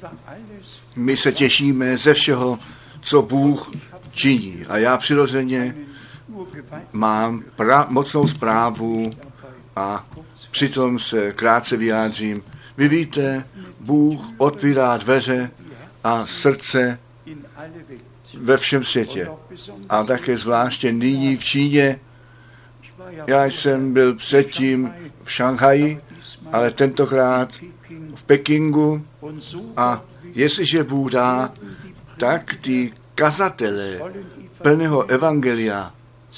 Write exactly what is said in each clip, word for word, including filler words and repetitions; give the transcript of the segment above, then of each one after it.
My se těšíme ze všeho, co Bůh činí. A já přirozeně mám pra- mocnou zprávu a přitom se krátce vyjádřím. Vy víte, Bůh otvírá dveře a srdce ve všem světě. A také zvláště nyní v Číně. Já jsem byl předtím v Šanghaji, ale tentokrát v Pekingu. A jestliže Bůh dá, tak ty kazatelé plného evangelia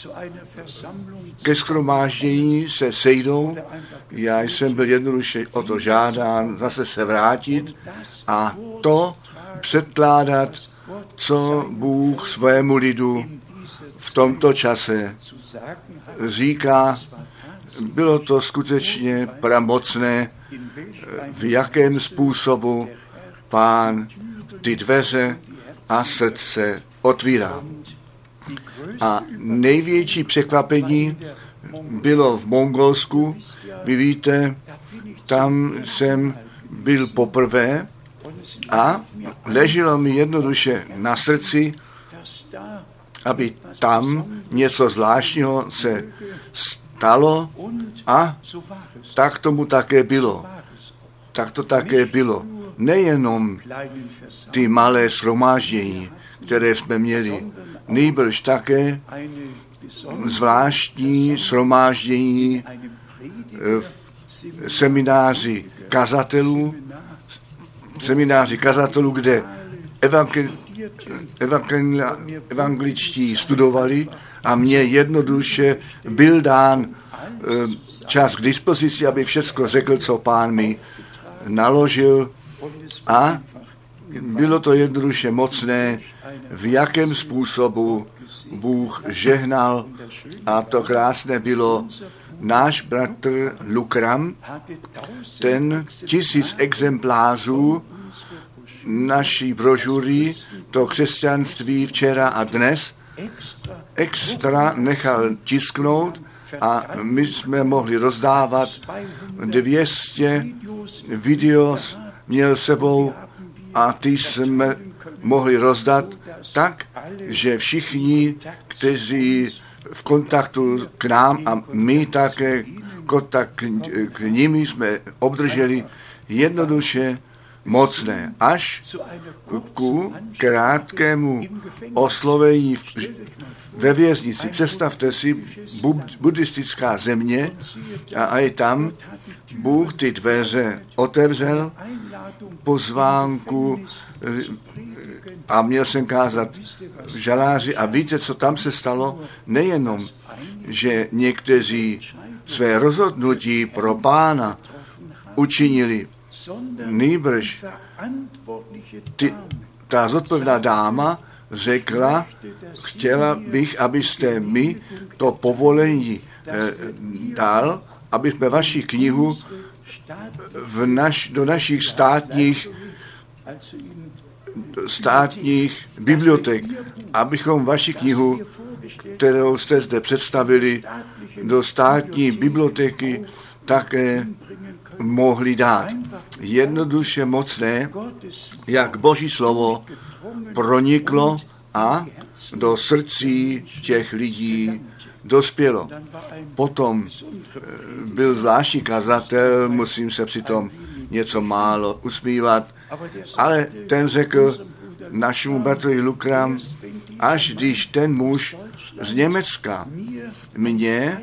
ke shromáždění se sejdou. Já jsem byl jednoduše o to žádán zase se vrátit a to předkládat, co Bůh svému lidu v tomto čase říká. Bylo to skutečně pramocné, v jakém způsobu Pán ty dveře a srdce otvírá. A největší překvapení bylo v Mongolsku. Vy víte, tam jsem byl poprvé a leželo mi jednoduše na srdci, aby tam něco zvláštního se stalo a tak tomu také bylo. Tak to také bylo. Nejenom ty malé shromáždění, které jsme měli, nýbrž také zvláštní shromáždění v semináři kazatelů, semináři kazatelů, kde evangel, evangel, evangeličtí studovali a mně jednoduše byl dán čas k dispozici, aby všechno řekl, co Pán mi naložil a bylo to jednoduše mocné, v jakém způsobu Bůh žehnal a to krásné bylo. Náš bratr Lukram, ten tisíc exemplářů naší brožury, to křesťanství včera a dnes, extra nechal tisknout a my jsme mohli rozdávat dvě stě video, měl sebou a ty jsme mohli rozdat tak, že všichni, kteří v kontaktu k nám a my také kontakt k nimi jsme obdrželi jednoduše mocné. Až ku krátkému oslovení ve věznici. Představte si, buddhistická země a i tam Bůh ty dveře otevřel, pozvánku a měl jsem kázat v žaláři a víte, co tam se stalo? Nejenom, že někteří své rozhodnutí pro Pána učinili, nýbrž ty, ta zodpovědná dáma řekla, chtěla bych, abyste mi to povolení eh, dal, aby jsme vaši knihu v naš, do našich státních státních bibliotek, abychom vaši knihu, kterou jste zde představili, do státní biblioteky také mohli dát. Jednoduše mocné, jak Boží slovo proniklo a do srdcí těch lidí dospělo. Potom byl zvláštní kazatel, musím se přitom něco málo usmívat, ale ten řekl našemu bratru Lukram, až když ten muž z Německa mě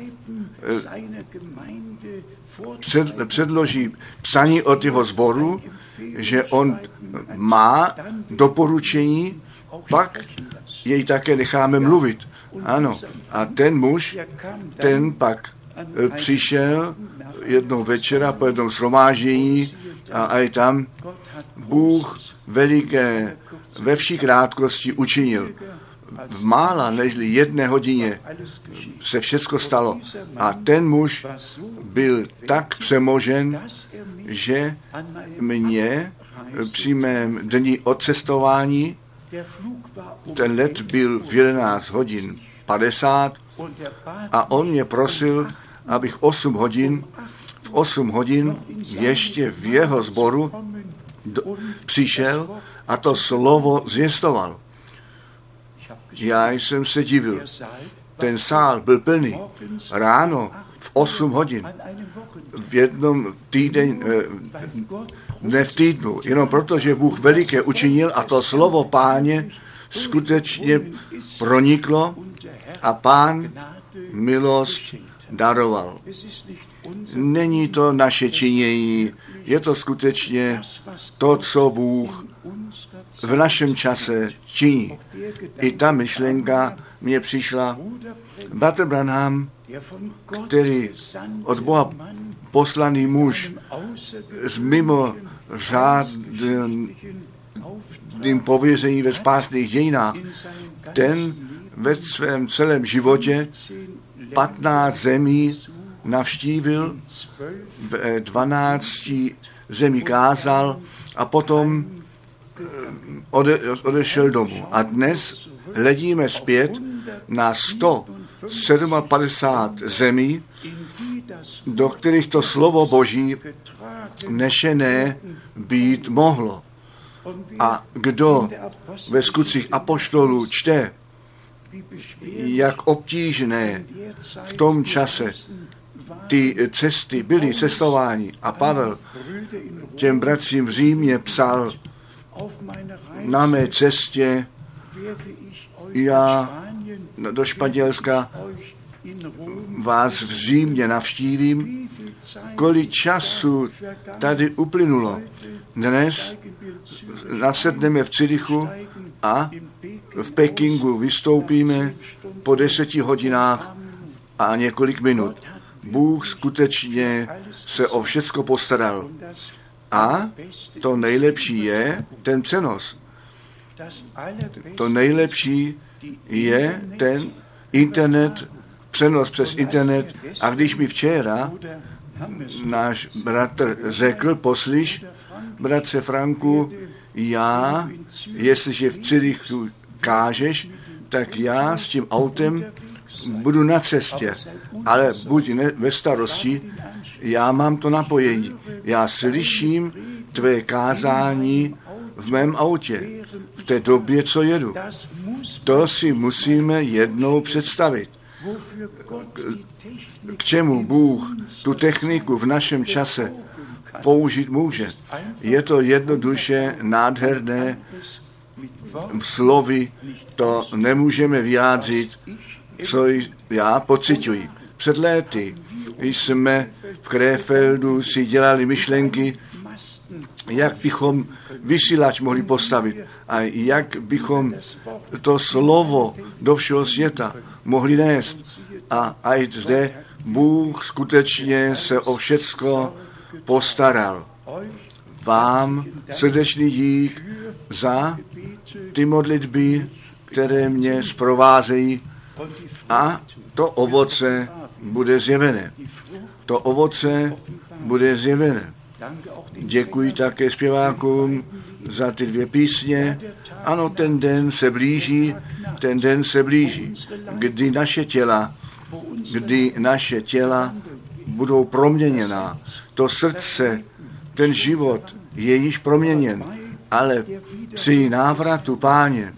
před, předloží psaní od jeho sboru, že on má doporučení, pak jej také necháme mluvit. Ano, a ten muž, ten pak přišel jednou večera po jednom shromáždění a i tam Bůh veliké ve vší krátkosti učinil. V mála nežli jedné hodině se všecko stalo. A ten muž byl tak přemožen, že mě při mém dni odcestování, ten let byl v jedenáct hodin padesát a on mě prosil, abych osm hodin, v osm hodin ještě v jeho sboru do, přišel a to slovo zvěstoval. Já jsem se divil. Ten sál byl plný. Ráno v osm hodin. V jednom týden, ne v týdnu. Jenom proto, že Bůh veliké učinil a to slovo Páně skutečně proniklo a Pán milost daroval. Není to naše činění, je to skutečně to, co Bůh v našem čase činí. I ta myšlenka mě přišla. Bratr Branham, který od Boha poslaný muž s mimo řádným pověření ve spásných dějinách, ten ve svém celém životě patnáct zemí navštívil, v dvanácti zemí kázal a potom ode, odešel domů. A dnes hledíme zpět na sto padesát sedm zemí, do kterých to slovo Boží nešené být mohlo. A kdo ve skutcích apoštolů čte, jak obtížné v tom čase ty cesty byly cestování. A Pavel těm bratřím v Římě psal: na mé cestě já do Španělska vás v Římě navštívím. Kolik času tady uplynulo. Dnes nasedneme v Cirichu a v Pekingu vystoupíme po deseti hodinách a několik minut. Bůh skutečně se o všecko postaral. A to nejlepší je ten přenos. To nejlepší je ten internet, přenos přes internet. A když mi včera náš bratr řekl, poslyš, bratře Franku, já, jestliže v Cirichu kážeš, tak já s tím autem budu na cestě, ale buď ne, ve starosti, já mám to napojení. Já slyším tvé kázání v mém autě, v té době, co jedu. To si musíme jednou představit. K čemu Bůh tu techniku v našem čase použít může. Je to jednoduše nádherné, slovy to nemůžeme vyjádřit, co já pociťuji. Před léty jsme v Krefeldu si dělali myšlenky, jak bychom vysílač mohli postavit a jak bychom to slovo do všeho světa mohli nést. A i zde Bůh skutečně se o všecko postaral. Vám srdečný dík za ty modlitby, které mě zprovázejí, a to ovoce bude zjevené. To ovoce bude zjevené. Děkuji také zpěvákům za ty dvě písně. Ano, ten den se blíží, ten den se blíží, kdy naše těla, kdy naše těla budou proměněná. To srdce, ten život je již proměněn, ale při návratu Páně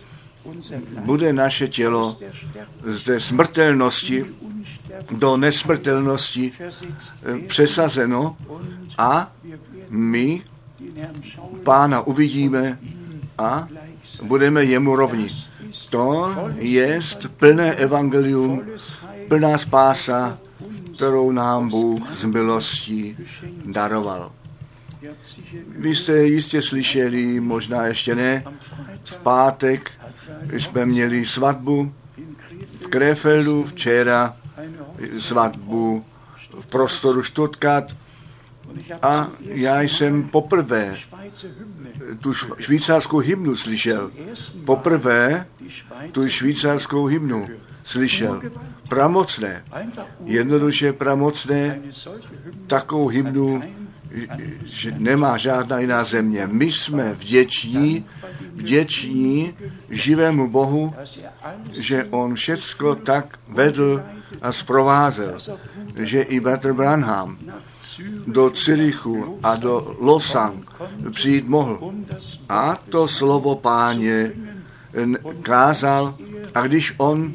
bude naše tělo ze smrtelnosti do nesmrtelnosti přesazeno a my Pána uvidíme a budeme jemu rovni. To je plné evangelium, plná spása, kterou nám Bůh z milostí daroval. Vy jste jistě slyšeli, možná ještě ne, v pátek jsme měli svatbu v Krefeldu, včera svatbu v prostoru Stuttgart a já jsem poprvé tu švýcarskou hymnu slyšel. Poprvé tu švýcarskou hymnu slyšel. Pramocné, jednoduše pramocné, takovou hymnu že nemá žádná jiná země. My jsme vděční, vděční živému Bohu, že on všecko tak vedl a zprovázel, že i bratr Branham do Cyrichu a do Lausanne přijít mohl. A to slovo Páně kázal, a když on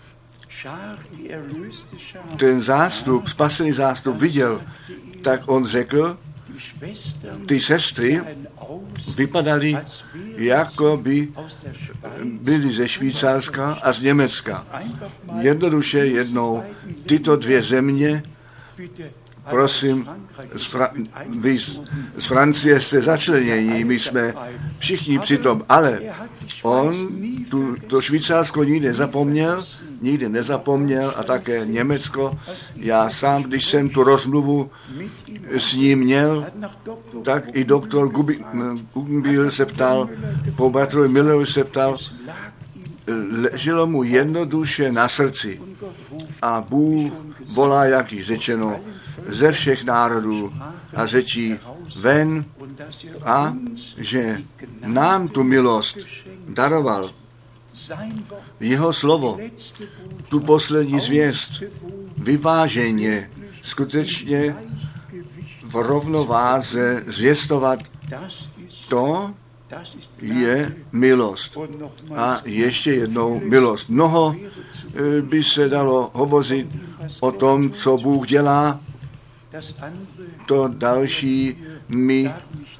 ten zástup, spasený zástup viděl, tak on řekl, ty sestry vypadaly, jako by byly ze Švýcarska a z Německa. Jednoduše jednou tyto dvě země, prosím, z, Fra- vy z, z Francie jste začlenění, my jsme všichni přitom, ale on tu, to Švýcarsko nikdy nezapomněl, nikdy nezapomněl a také Německo. Já sám, když jsem tu rozmluvu s ním měl, tak i doktor Guggenbiel se ptal, po bratrovi Millerovi se ptal, leželo mu jednoduše na srdci. A Bůh volá, jak již řečeno, ze všech národů a řečí ven, a že nám tu milost daroval jeho slovo, tu poslední zvěst, vyváženě, skutečně v rovnováze zvěstovat, to je milost. A ještě jednou milost. Mnoho by se dalo hovořit o tom, co Bůh dělá. To další my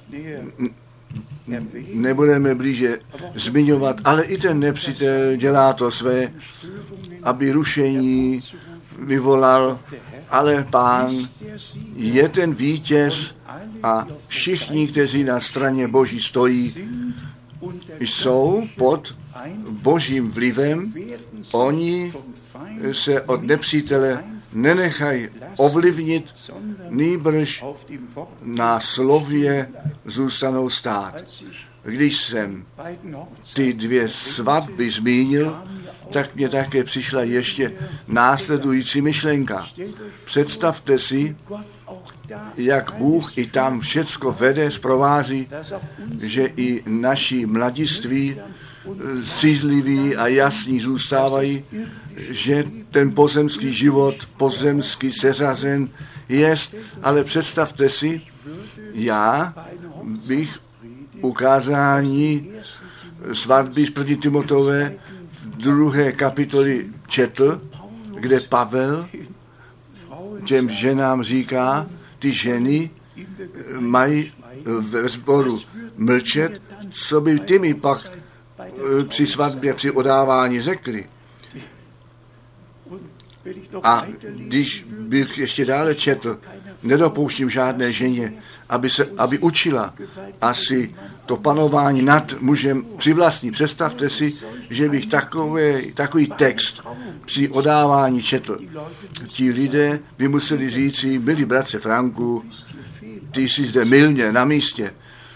nebudeme blíže zmiňovat, ale i ten nepřítel dělá to své, aby rušení vyvolal, ale Pán je ten vítěz a všichni, kteří na straně Boží stojí, jsou pod Božím vlivem, oni se od nepřítele nenechají ovlivnit, nýbrž na slově zůstanou stát. Když jsem ty dvě svatby zmínil, tak mě také přišla ještě následující myšlenka. Představte si, jak Bůh i tam všecko vede, zprovází, že i naši mladiství střízliví a jasní zůstávají, že ten pozemský život, pozemský seřazen jest, ale představte si, já bych ukázání svatby z první Timotové v druhé kapitoli četl, kde Pavel těm ženám říká, ty ženy mají ve sboru mlčet, co by ty mi pak při svatbě, při odávání řekli. A když bych ještě dále četl, nedopouštím žádné ženě, aby, se, aby učila asi to panování nad mužem přivlastní. Představte si, že bych takové, takový text při odávání četl. Ti lidé by museli říci, milí bratře Franku, ty jsi zde mylně na místě.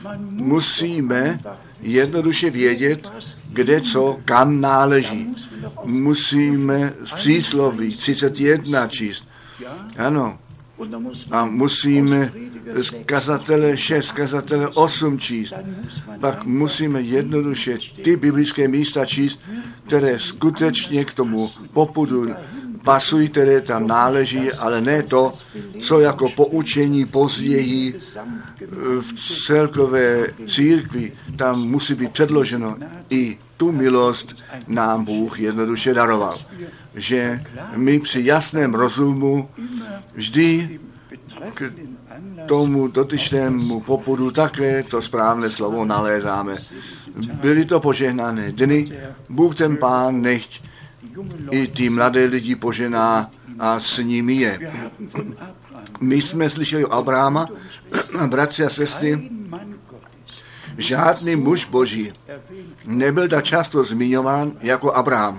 Musíme jednoduše vědět, kde co kam náleží. Musíme z přísloví třicet jedna číst. Ano. A musíme z kazatele šest, kazatele osm číst. Pak musíme jednoduše ty biblické místa číst, které skutečně k tomu popudu pasují, které tam náleží, ale ne to, co jako poučení později v celkové církvi tam musí být předloženo. I tu milost nám Bůh jednoduše daroval. Že my při jasném rozumu vždy k tomu dotyčnému popudu také to správné slovo nalézáme. Byly to požehnané dny, Bůh ten Pán nechť i ty mladé lidi požená a s nimi je. My jsme slyšeli o Abrahama, bratři a sestry, žádný muž Boží nebyl tak často zmiňován jako Abraham.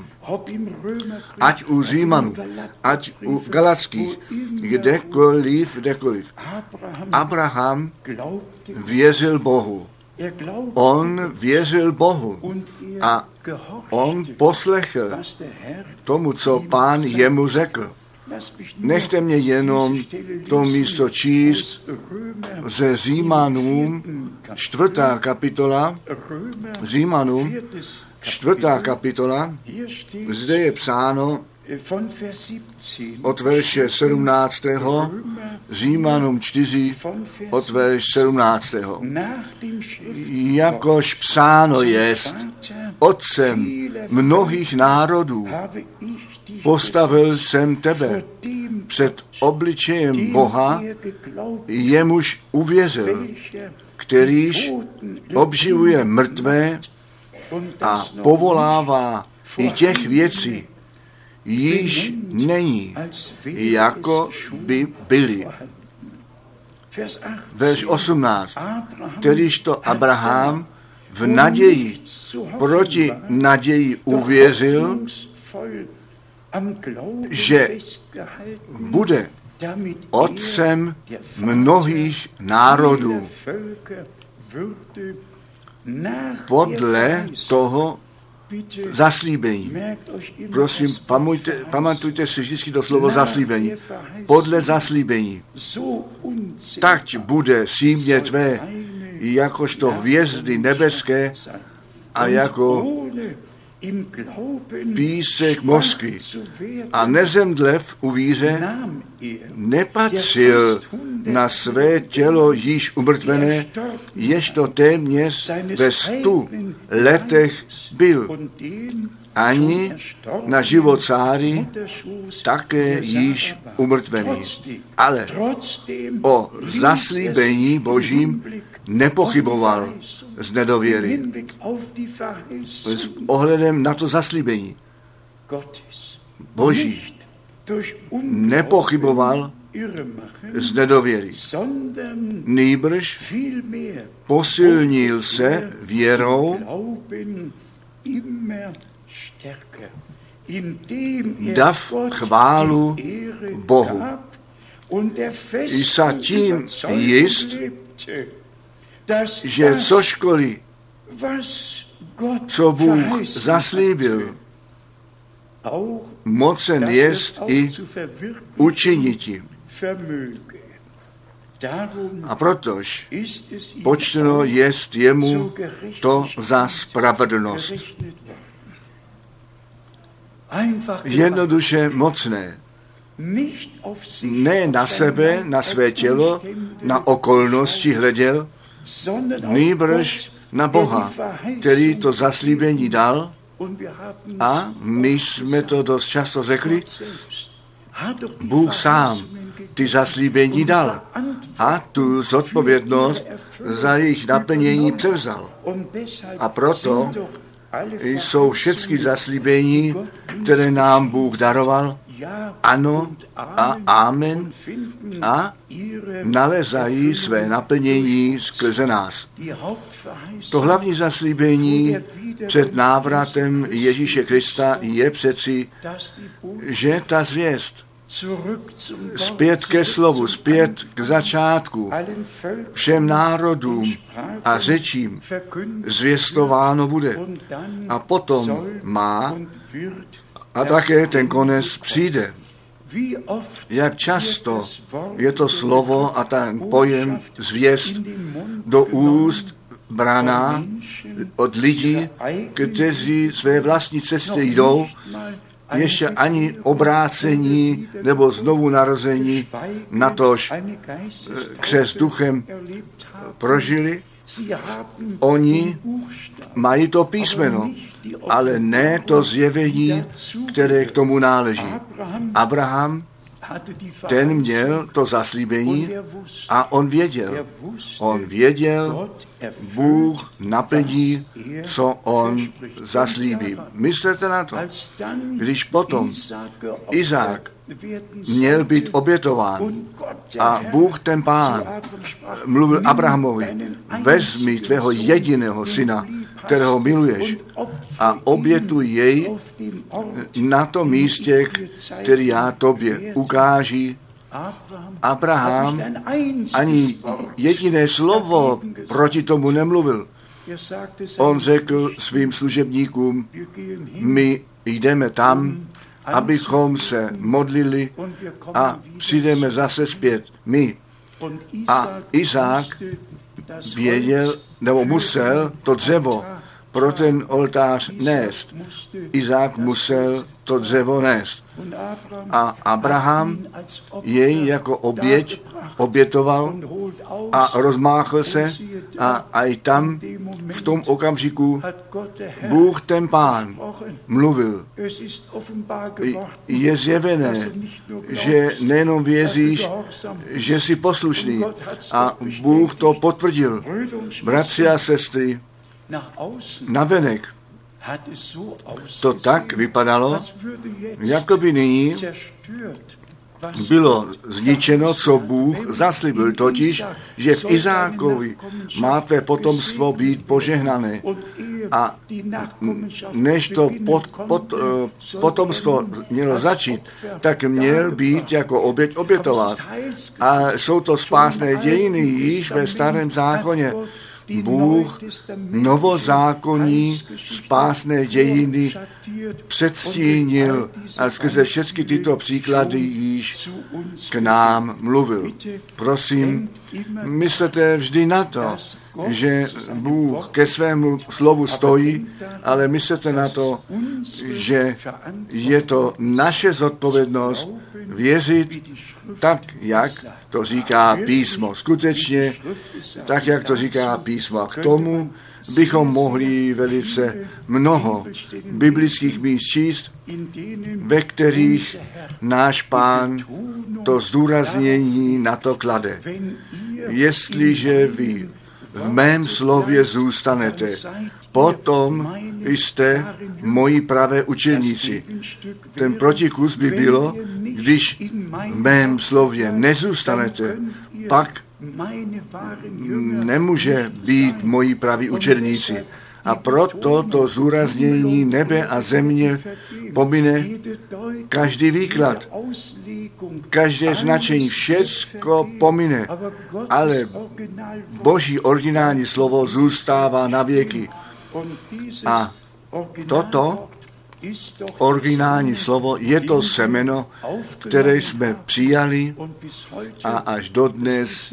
Ať u Římanů, ať u Galackých, kdekoliv, kdekoliv. Abraham věřil Bohu. On věřil Bohu a on poslechl tomu, co Pán jemu řekl. Nechte mě jenom to místo číst ze Římanům, čtvrtá kapitola, Římanům, čtvrtá kapitola, zde je psáno, od verše sedmnáctého, Římanům čtyři, od verše sedmnáctého. Jakož psáno jest, otcem mnohých národů postavil jsem tebe před obličejem Boha, jemuž uvěřil, kterýž obživuje mrtvé a povolává i těch věcí, již není, jako by byly. Verš osmnáct. Kterýž to Abraham v naději proti naději uvěřil, že bude otcem mnohých národů. Podle toho zaslíbení. Prosím, pamatujte, pamatujte si vždycky to slovo zaslíbení. Podle zaslíbení. Tak bude símě tvé, jakožto hvězdy nebeské a jako písek mořský. A nezemdlev u víře nepatřil na své tělo již umrtvené, jež to téměř ve stu letech byl. Ani na život cáry také již umrtvený. Ale o zaslíbení Božím nepochyboval z nedověry. S ohledem na to zaslíbení Boží nepochyboval z nedověry. Nýbrž posilnil se věrou, dav chválu Bohu. I sa tím jist, že cožkoliv, co Bůh zaslíbil, mocen jest i učiniti. A protož počteno jest jemu to za spravedlnost. Jednoduše mocné. Ne na sebe, na své tělo, na okolnosti hleděl, nýbrž na Boha, který to zaslíbení dal, a my jsme to dost často řekli, Bůh sám ty zaslíbení dal a tu zodpovědnost za jejich naplnění převzal. A proto jsou všechny zaslíbení, které nám Bůh daroval, ano a amen, a nalezají své naplnění skrze nás. To hlavní zaslíbení před návratem Ježíše Krista je přeci, že ta zvěst zpět ke slovu, zpět k začátku, všem národům a řečím zvěstováno bude. A potom má a také ten konec přijde. Jak často je to slovo a ten pojem zvěst do úst braná od lidí, kteří své vlastní cesty jdou, ještě ani obrácení nebo znovu narození, natož křest duchem prožili. Oni mají to písmeno, ale ne to zjevení, které k tomu náleží. Abraham, ten měl to zaslíbení a on věděl. On věděl, Bůh naplní, co on zaslíbí. Myslete na to. Když potom Izák měl být obětován a Bůh ten Pán mluvil Abrahamovi, vezmi tvého jediného syna, kterého miluješ, a obětuj jej na tom místě, který já tobě ukáži. Abraham ani jediné slovo proti tomu nemluvil. On řekl svým služebníkům, my jdeme tam, abychom se modlili a přijdeme zase zpět. My. A Izák věděl, nebo musel to dřevo pro ten oltář nést. Izák musel to dřevo nést. A Abraham jej jako oběť obětoval a rozmáchl se a i tam v tom okamžiku Bůh ten Pán mluvil. Je zjevené, že nejenom věříš, že jsi poslušný a Bůh to potvrdil. Bratři a sestry, navenek to tak vypadalo, jako by nyní bylo zničeno, co Bůh zaslíbil, totiž, že v Izákovi má tvé potomstvo být požehnané. A než to pot, pot, potomstvo mělo začít, tak měl být jako oběť obětovat. A jsou to spásné dějiny již ve Starém zákoně. Bůh novozákonní spásné dějiny předstínil a skrze všechny tyto příklady již k nám mluvil. Prosím, myslete vždy na to, že Bůh ke svému slovu stojí, ale myslete na to, že je to naše zodpovědnost věřit tak, jak to říká písmo. Skutečně tak, jak to říká písmo. A k tomu bychom mohli velice mnoho biblických míst číst, ve kterých náš Pán to zdůraznění na to klade. Jestliže vy v mém slově zůstanete, potom jste moji pravé učeníci. Ten protikus by bylo, když v mém slově nezůstanete, pak nemůže být moji praví učeníci. A proto to zúraznění nebe a země pomine každý výklad, každé značení, všecko pomine, ale Boží originální slovo zůstává na věky. A toto originální slovo je to semeno, které jsme přijali a až dodnes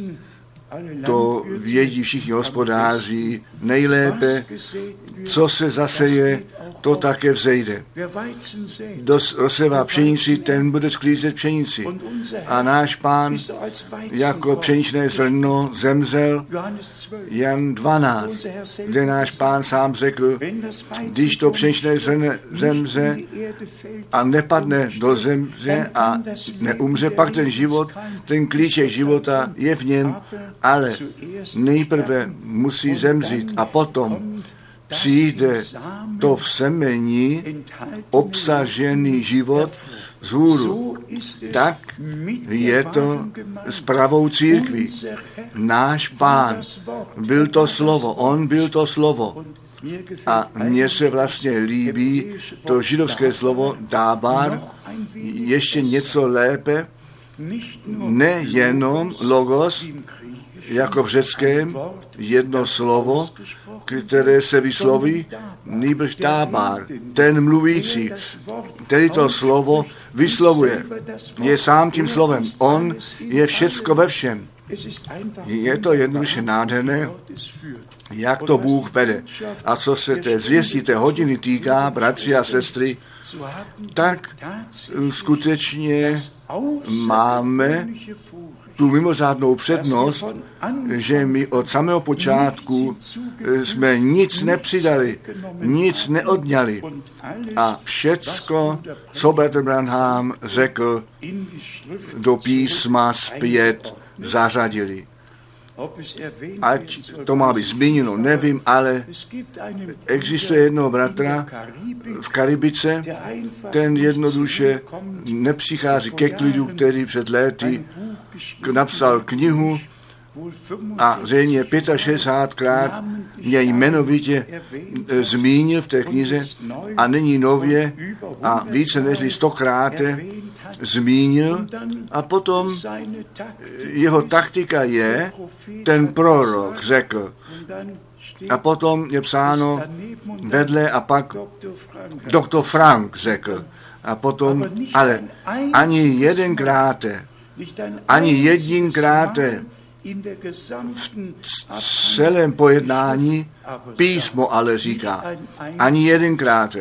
to vědí všichni hospodáři nejlépe, co se zaseje, to také vzejde. Kdo rozsevá pšenici, ten bude sklízet pšenici. A náš Pán jako pšeničné zrno zemřel, Jan dvanáct, kde náš Pán sám řekl, když to pšeničné zrno zemře a nepadne do země a neumře, pak ten život, ten klíček života je v něm, ale nejprve musí zemřít a potom přijde to v semeni obsažený život z hůru. Tak je to s pravou církví. Náš Pán byl to slovo, on byl to slovo. A mně se vlastně líbí to židovské slovo dábar, ještě něco lépe, nejenom logos, jako v řeckém jedno slovo, které se vysloví, nýbrž dábar, ten mluvící, který to slovo vyslovuje. Je sám tím slovem. On je všecko ve všem. Je to jednoduše nádherné, jak to Bůh vede. A co se té zvěstí, té hodiny týká, bratři a sestry, tak skutečně máme tu mimořádnou přednost, že my od samého počátku jsme nic nepřidali, nic neodňali a všecko, co Bratr Branham řekl, do písma zpět zařadili. Ať to má být zmíněno, nevím, ale existuje jednoho bratra v Karibice, ten jednoduše nepřichází ke klidu, který před léty napsal knihu a zřejmě šedesátpětkrát mě jmenovitě zmínil v té knize a nyní nově a více než stokrát zmínil a potom jeho taktika je, ten prorok řekl a potom je psáno vedle a pak doktor Frank řekl a potom, ale ani jedenkrát, ani jedinkrát v celém pojednání písmo ale říká, ani jedenkrát.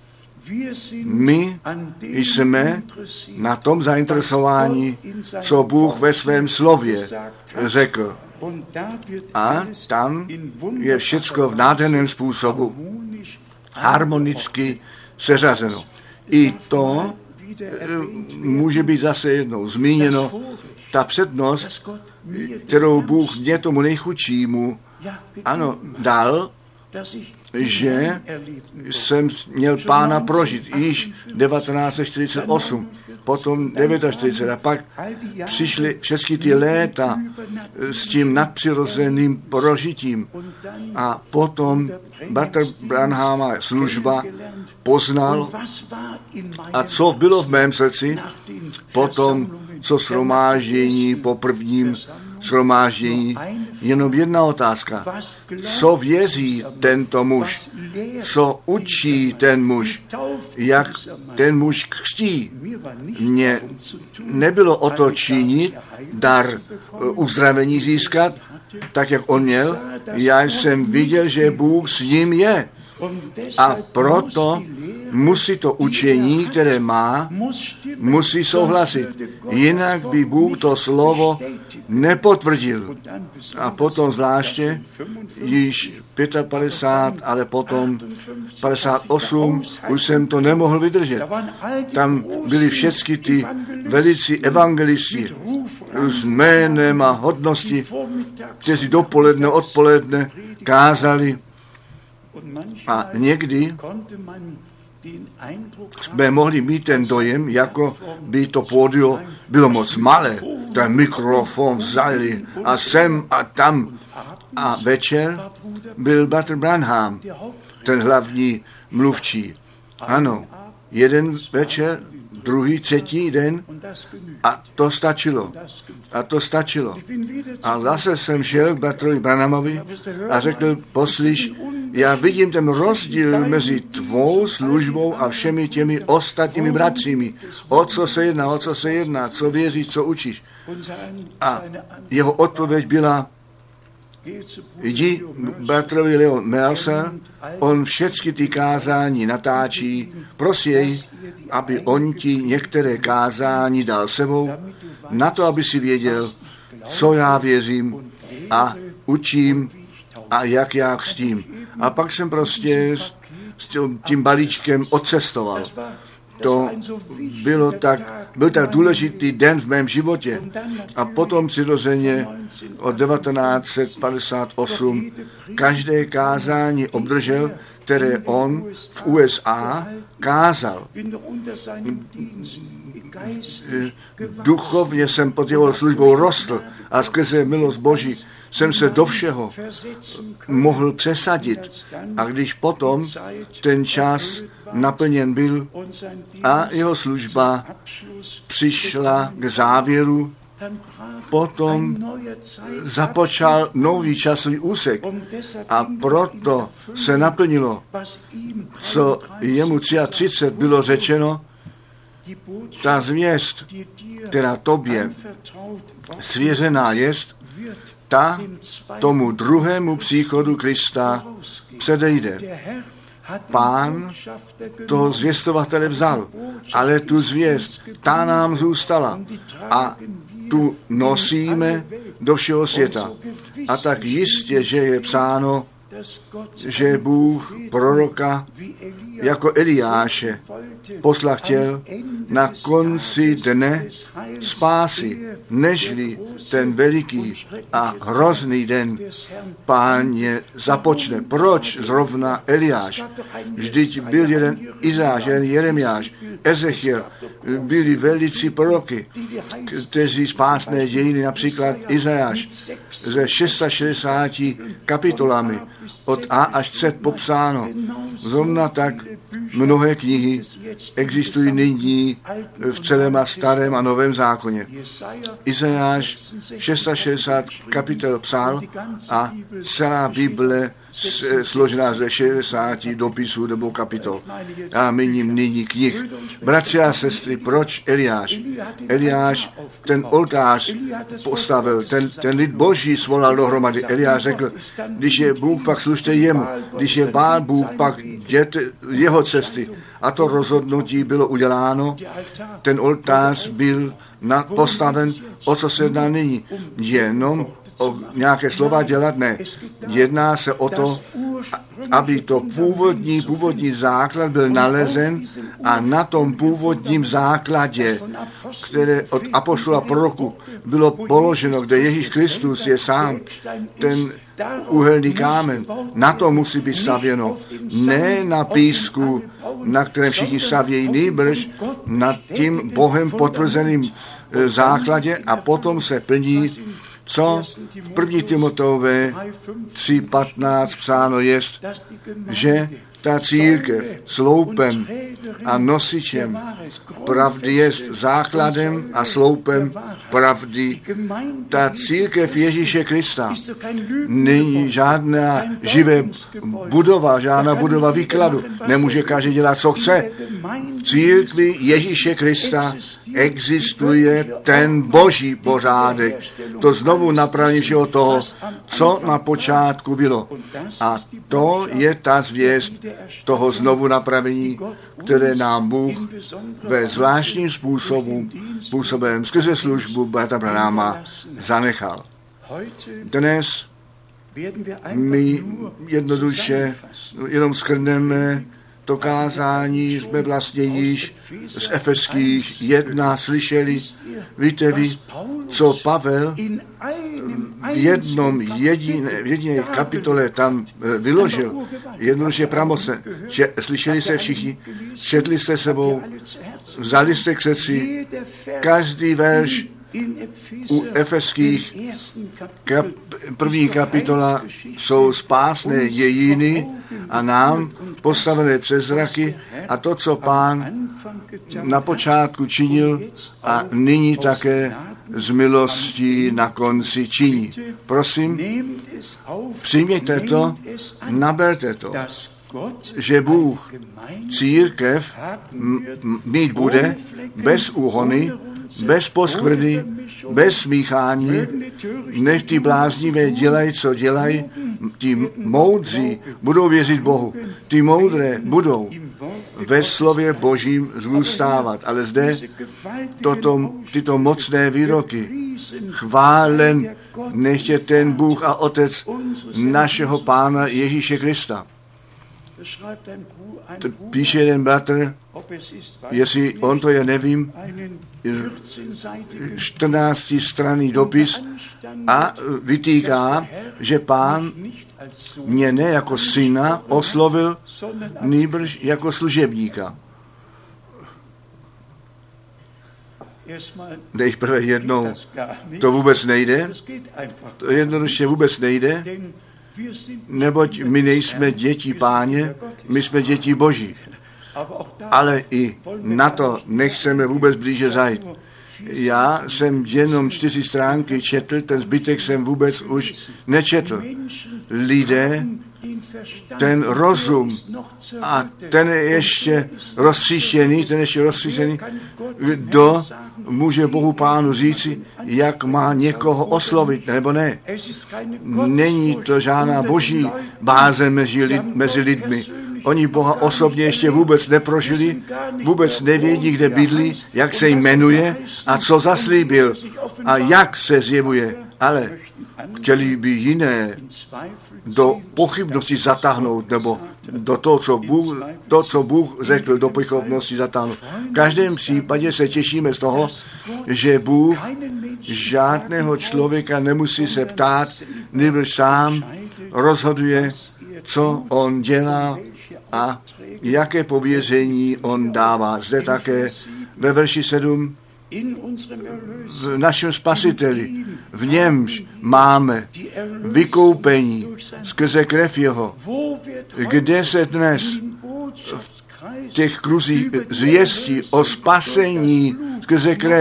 My jsme na tom zainteresováni, co Bůh ve svém slově řekl. A tam je všecko v nádherném způsobu harmonicky seřazeno. I to může být zase jednou zmíněno, ta přednost, kterou Bůh mě tomu nejchudšímu, ano, dal, že jsem měl Pána prožít již devatenáct set čtyřicet osm, potom čtyřicet devět a pak přišly všechny ty léta s tím nadpřirozeným prožitím a potom Bratr Branhama služba poznal a co bylo v mém srdci potom, co shromáždění po prvním shromáždění. Jenom jedna otázka. Co věří tento muž? Co učí ten muž? Jak ten muž křtí? Mně nebylo o to činit, dar uzdravení získat, tak jak on měl. Já jsem viděl, že Bůh s ním je. A proto musí to učení, které má, musí souhlasit. Jinak by Bůh to slovo nepotvrdil. A potom zvláště již padesát pět, ale potom padesát osm, už jsem to nemohl vydržet. Tam byli všechny ty velicí evangelisti s jménem a hodnosti, kteří dopoledne, odpoledne kázali. A někdy jsme mohli mít ten dojem, jako by to pódio bylo moc malé. Ten mikrofon vzali a sem a tam. A večer byl Bratr Branham, ten hlavní mluvčí. Ano, jeden večer, druhý, třetí den a to stačilo. A to stačilo. A zase jsem šel k Bratrovi Branhamovi a řekl, poslyš, já vidím ten rozdíl mezi tvou službou a všemi těmi ostatními bratřími. O co se jedná, o co se jedná, co věříš, co učíš. A jeho odpověď byla, jdi bratrovi Leo Mercer, on všechny ty kázání natáčí, prosí jej, aby on ti některé kázání dal sebou, na to, aby si věděl, co já věřím a učím a jak já křtím. A pak jsem prostě s, s tím balíčkem odcestoval. To bylo tak, byl tak důležitý den v mém životě. A potom přirozeně od devatenáct set padesát osm každé kázání obdržel, které on v U S A kázal. Duchovně jsem pod jeho službou rostl a skrze milost Boží jsem se do všeho mohl přesadit. A když potom ten čas naplněn byl a jeho služba přišla k závěru, potom započal nový časový úsek a proto se naplnilo, co jemu třicet tři bylo řečeno, ta zvěst, která tobě svěřená jest, ta tomu druhému příchodu Krista předejde. Pán toho zvěstovatele vzal, ale tu zvěst, ta nám zůstala a tu nosíme do všeho světa. A tak jistě, že je psáno, že Bůh proroka jako Eliáše posla chtěl na konci dne spásy, nežli ten veliký a hrozný den Páně započne. Proč zrovna Eliáš? Vždyť byl jeden Izáš, jeden Jeremiáš, Ezechiel, byli velicí proroky, kteří spásné dějiny, například Izajáš, ze šedesát šest kapitolami, od A až Z popsáno. Zrovna tak mnohé knihy existují nyní v celém a starém a novém zákoně. Izajáš šedesát šest kapitol psal a celá Bible složená ze šedesáti dopisů nebo kapitol. Já míním nyní knih. Bratři a sestry, proč Eliáš? Eliáš ten oltář postavil, ten, ten lid Boží svolal dohromady. Eliáš řekl, když je Bůh, pak služte jemu. Když je Bál Bůh, pak jděte jeho cesty. A to rozhodnutí bylo uděláno. Ten oltář byl na, postaven, o co se jedná nyní. Jenom o nějaké slova dělat ne. Jedná se o to, aby to původní, původní základ byl nalezen a na tom původním základě, které od apoštola proroku bylo položeno, kde Ježíš Kristus je sám, ten uhelný kámen, na to musí být stavěno. Ne na písku, na kterém všichni stavějí, nýbrž nad tím Bohem potvrzeným základě a potom se plní, co v první Timoteové tři patnáct psáno jest, že ta církev sloupem a nosičem pravdy jest základem a sloupem pravdy. Ta církev Ježíše Krista není žádná živé budova, žádná budova výkladu. Nemůže každý dělat, co chce. V církvi Ježíše Krista existuje ten boží pořádek. To znovu napravení všeho toho, co na počátku bylo. A to je ta zvěst toho znovu napravení, které nám Bůh ve zvláštním způsobu, způsobem skrze službu bratra Branhama zanechal. Dnes my jednoduše jenom shrneme to kázání, jsme vlastně již z Efeských jedna slyšeli. Víte vy, co Pavel v jednom jediné, v jediné kapitole tam vyložil, jednoduše pramocně. Slyšeli jste všichni, četli jste sebou, vzali jste k srdci každý verš u Efeských kap, první kapitola jsou spásné dějiny a nám postavené přes zraky a to, co Pán na počátku činil a nyní také z milostí na konci činí. Prosím, přijměte to, naberte to, že Bůh církev mít bude bez úhony, bez poskvrny, bez smíchání, nech ty bláznivé dělají, co dělají, ti moudří budou věřit Bohu, ty moudré budou ve slově Božím zůstávat. Ale zde toto, tyto mocné výroky, chválen nechtě ten Bůh a Otec našeho Pána Ježíše Krista. To píše jeden bratr, jestli on to je, nevím, čtrnáctistranný dopis a vytýká, že Pán mě ne jako syna oslovil, nýbrž jako služebníka. Nejprve jednou, to vůbec nejde, to jednoduše vůbec nejde, neboť my nejsme děti Páně, my jsme děti Boží. Ale i na to nechceme vůbec blíže zajít. Já jsem jenom čtyři stránky četl, ten zbytek jsem vůbec už nečetl. Lidé, ten rozum a ten je ještě roztříštěný, ten ještě roztříštěný, kdo může Bohu Pánu říci, jak má někoho oslovit, nebo ne. Není to žádná boží báze mezi, lid, mezi lidmi. Oni Boha osobně ještě vůbec neprožili, vůbec nevědí, kde bydlí, jak se jmenuje a co zaslíbil a jak se zjevuje. Ale chtěli by jiné do pochybnosti zatáhnout, nebo do toho, co Bůh, to, co Bůh řekl, do pochybnosti zatáhnout. V každém případě se těšíme z toho, že Bůh žádného člověka nemusí se ptát, nýbrž sám rozhoduje, co on dělá a jaké pověření on dává. Zde také ve verši sedm v našem Spasiteli, v němž máme vykoupení skrze krev jeho, kde se dnes v těch kruzích zvěstí o spasení skrze krev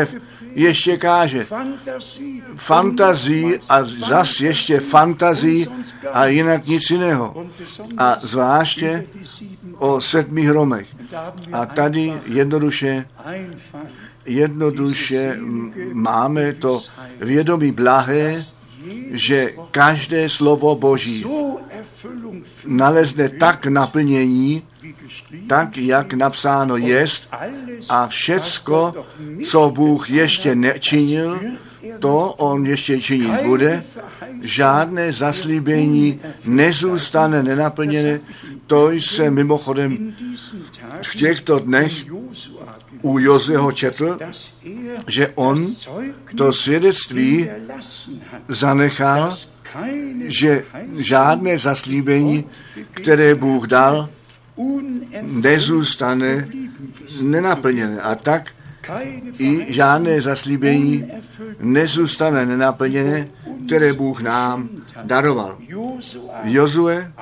ještě káže. Fantazii a zas ještě fantazii a jinak nic jiného. A zvláště o sedmi hromech. A tady jednoduše, jednoduše máme to vědomí blahé, že každé slovo Boží nalezne tak naplnění, tak, jak napsáno jest, a všecko, co Bůh ještě nečinil, to on ještě činit bude. Žádné zaslíbení nezůstane nenaplněné. To jsem mimochodem v těchto dnech u Jozeho četl, že on to svědectví zanechal, že žádné zaslíbení, které Bůh dal, nezůstane nenaplněné. A tak i žádné zaslíbení nezůstane nenaplněné, které Bůh nám daroval. Jozue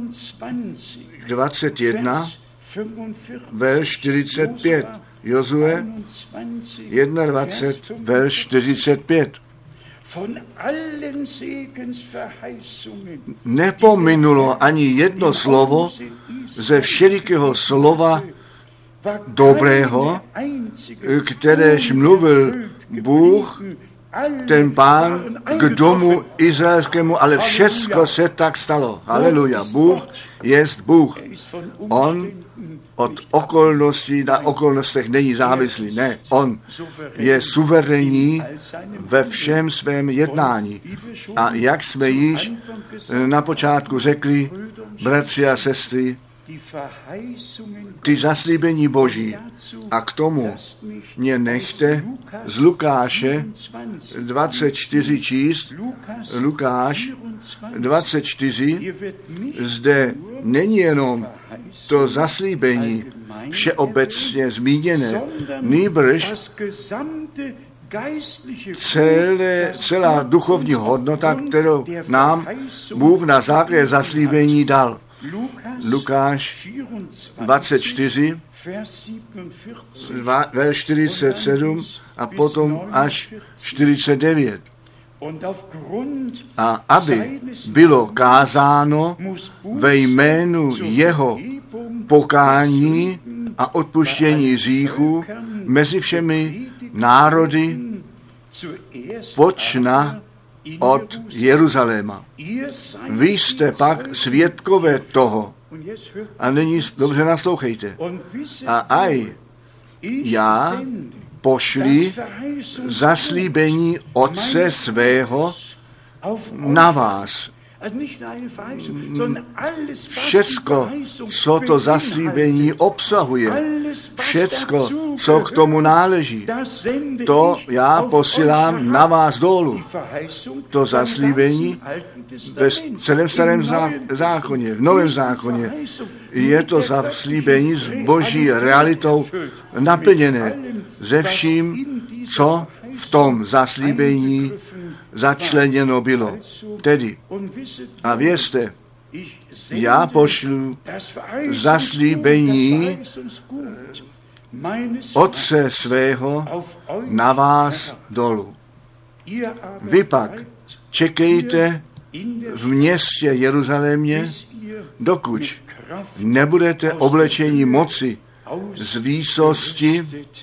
dvacet jedna, verš čtyřicet pět. Jozue dvacet jedna, verš čtyřicet pět. Nepominulo ani jedno slovo ze všelikého slova dobrého, kteréž mluvil Bůh, ten Pán, k domu izraelskému, ale všecko se tak stalo. Haleluja. Bůh jest Bůh. On od okolností na okolnostech není závislý. Ne, on je suverénní ve všem svém jednání. A jak jsme již na počátku řekli, bratři a sestry, ty zaslíbení Boží, a k tomu mě nechte z Lukáše dvacet čtyři číst, Lukáš dvacet čtyři, zde není jenom to zaslíbení všeobecně zmíněné, nýbrž celé, celá duchovní hodnota, kterou nám Bůh na základě zaslíbení dal. Lukáš dvacet čtyři, verš čtyřicet sedm a potom až čtyřicet devět. A aby bylo kázáno ve jménu jeho pokání a odpuštění hříchů mezi všemi národy, počna od Jeruzaléma. Vy jste pak svědkové toho. A nyní dobře naslouchejte. A aj já pošli zaslíbení Otce svého na vás. Všecko, co to zaslíbení obsahuje, všecko, co k tomu náleží, to já posílám na vás dolů. To zaslíbení ve celém starém zákoně, v novém zákoně, je to zaslíbení s Boží realitou naplněné ze vším, co v tom zaslíbení začleněno bylo. Tedy, a vězte, já pošlu zaslíbení Otce svého na vás dolů. Vy pak čekejte v městě Jeruzalémě, dokud nebudete oblečení moci z výsosti.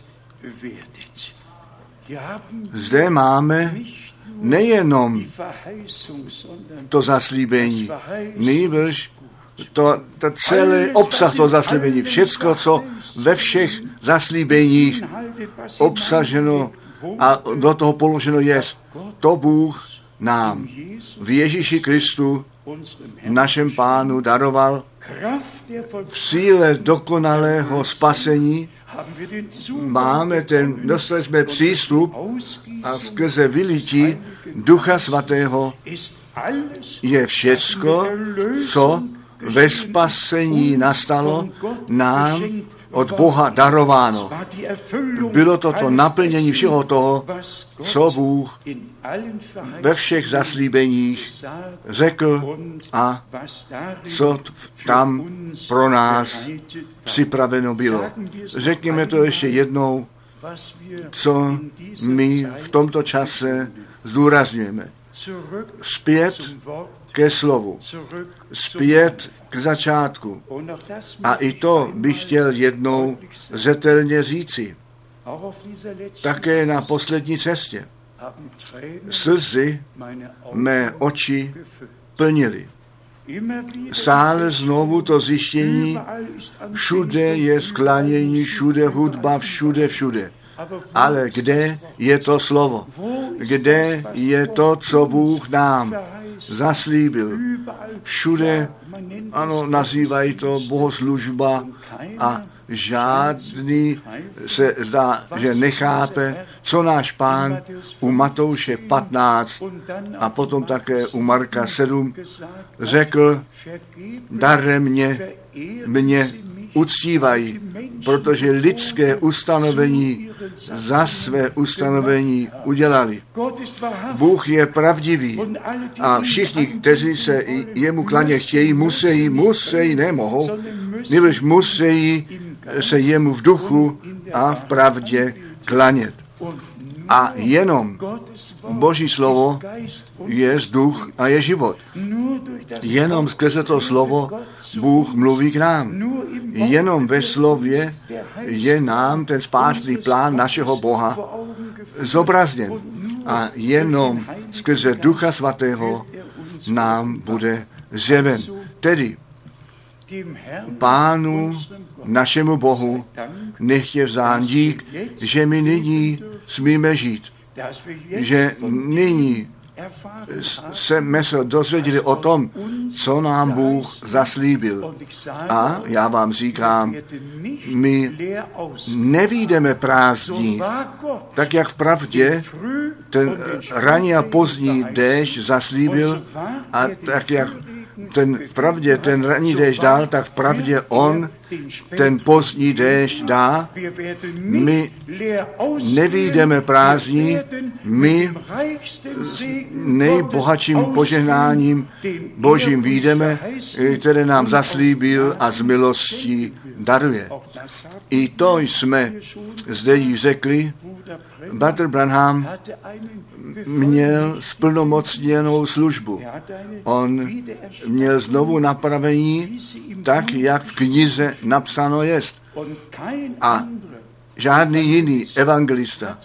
Zde máme nejenom to zaslíbení, nýbrž to, to celý obsah toho zaslíbení, všecko, co ve všech zaslíbeních obsaženo a do toho položeno je, to Bůh nám v Ježíši Kristu, našem Pánu, daroval v síle dokonalého spasení. Máme ten, dostali jsme přístup a skrze vylití Ducha Svatého je všecko, co ve spasení nastalo, nám od Boha darováno. Bylo to to naplnění všeho toho, co Bůh ve všech zaslíbeních řekl a co tam pro nás připraveno bylo. Řekněme to ještě jednou, co my v tomto čase zdůrazňujeme. Zpět ke slovu, zpět k začátku. A i to bych chtěl jednou zřetelně říci. Také na poslední cestě slzy mé oči plnily. Stále znovu to zjištění, všude je sklánění, všude hudba, všude, všude. Ale kde je to slovo? Kde je to, co Bůh nám zaslíbil? Všude, ano, nazývají to bohoslužba a žádný se zdá, že nechápe, co náš Pán u Matouše patnáct a potom také u Marka sedm řekl, daremně mě uctívají, protože lidské ustanovení za své ustanovení udělali. Bůh je pravdivý a všichni, kteří se jemu klanět chtějí, musí, musí, nemohou, nebož musí se jemu v duchu a v pravdě klanět. A jenom Boží slovo je duch a je život. Jenom skrze to slovo Bůh mluví k nám. Jenom ve slově je nám ten spásný plán našeho Boha zobrazněn. A jenom skrze Ducha Svatého nám bude zjeven. Tedy Pánu, našemu Bohu, nech je vzdán dík, že my nyní smíme žít. Že nyní jsme se dozvěděli o tom, co nám Bůh zaslíbil. A já vám říkám, my nevyjdeme prázdní, tak jak v pravdě ten ranní a pozdní déšť zaslíbil a tak jak ten v pravdě ten ranní déšť dal, tak v pravdě on ten pozdní déšť dá. My nevyjdeme prázdní, my s nejbohatším požehnáním Božím vyjdeme, které nám zaslíbil a z milostí daruje. I to jsme zde již řekli. Bratr Branham měl splnomocněnou službu. On měl znovu napravení, tak jak v knize napsáno jest. A žádný jiný evangelista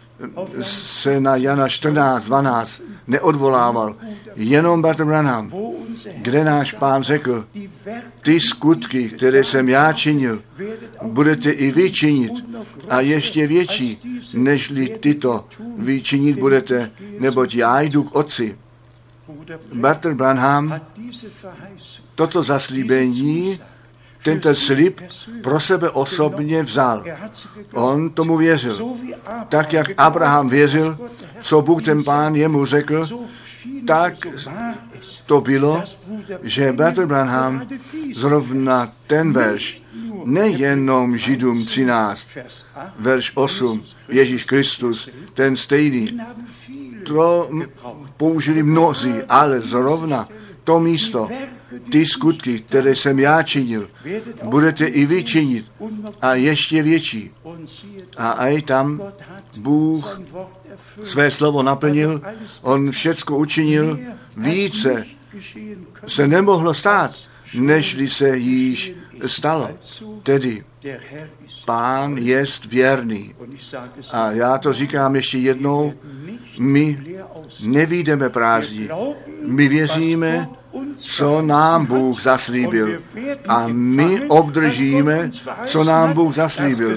se na Jana čtrnáct dvanáct neodvolával. Jenom Bratr Branham, kde náš Pán řekl, ty skutky, které jsem já činil, budete i vy činit a ještě větší, nežli tyto vy činit budete, neboť já jdu k Otci. Bratr Branham toto zaslíbení, tento slib pro sebe osobně vzal. On tomu věřil. Tak, jak Abraham věřil, co Bůh ten Pán jemu řekl, tak to bylo, že Bratr Branham zrovna ten verš, nejenom Židům třináct, verš osm, Ježíš Kristus, ten stejný, to použili mnozí, ale zrovna to místo, ty skutky, které jsem já činil, budete i vy činit a ještě větší. A aj tam Bůh své slovo naplnil, on všecko učinil, více se nemohlo stát, nežli se již stalo. Tedy Pán jest věrný. A já to říkám ještě jednou, my nevyjdeme prázdní. My věříme, co nám Bůh zaslíbil. A my obdržíme, co nám Bůh zaslíbil.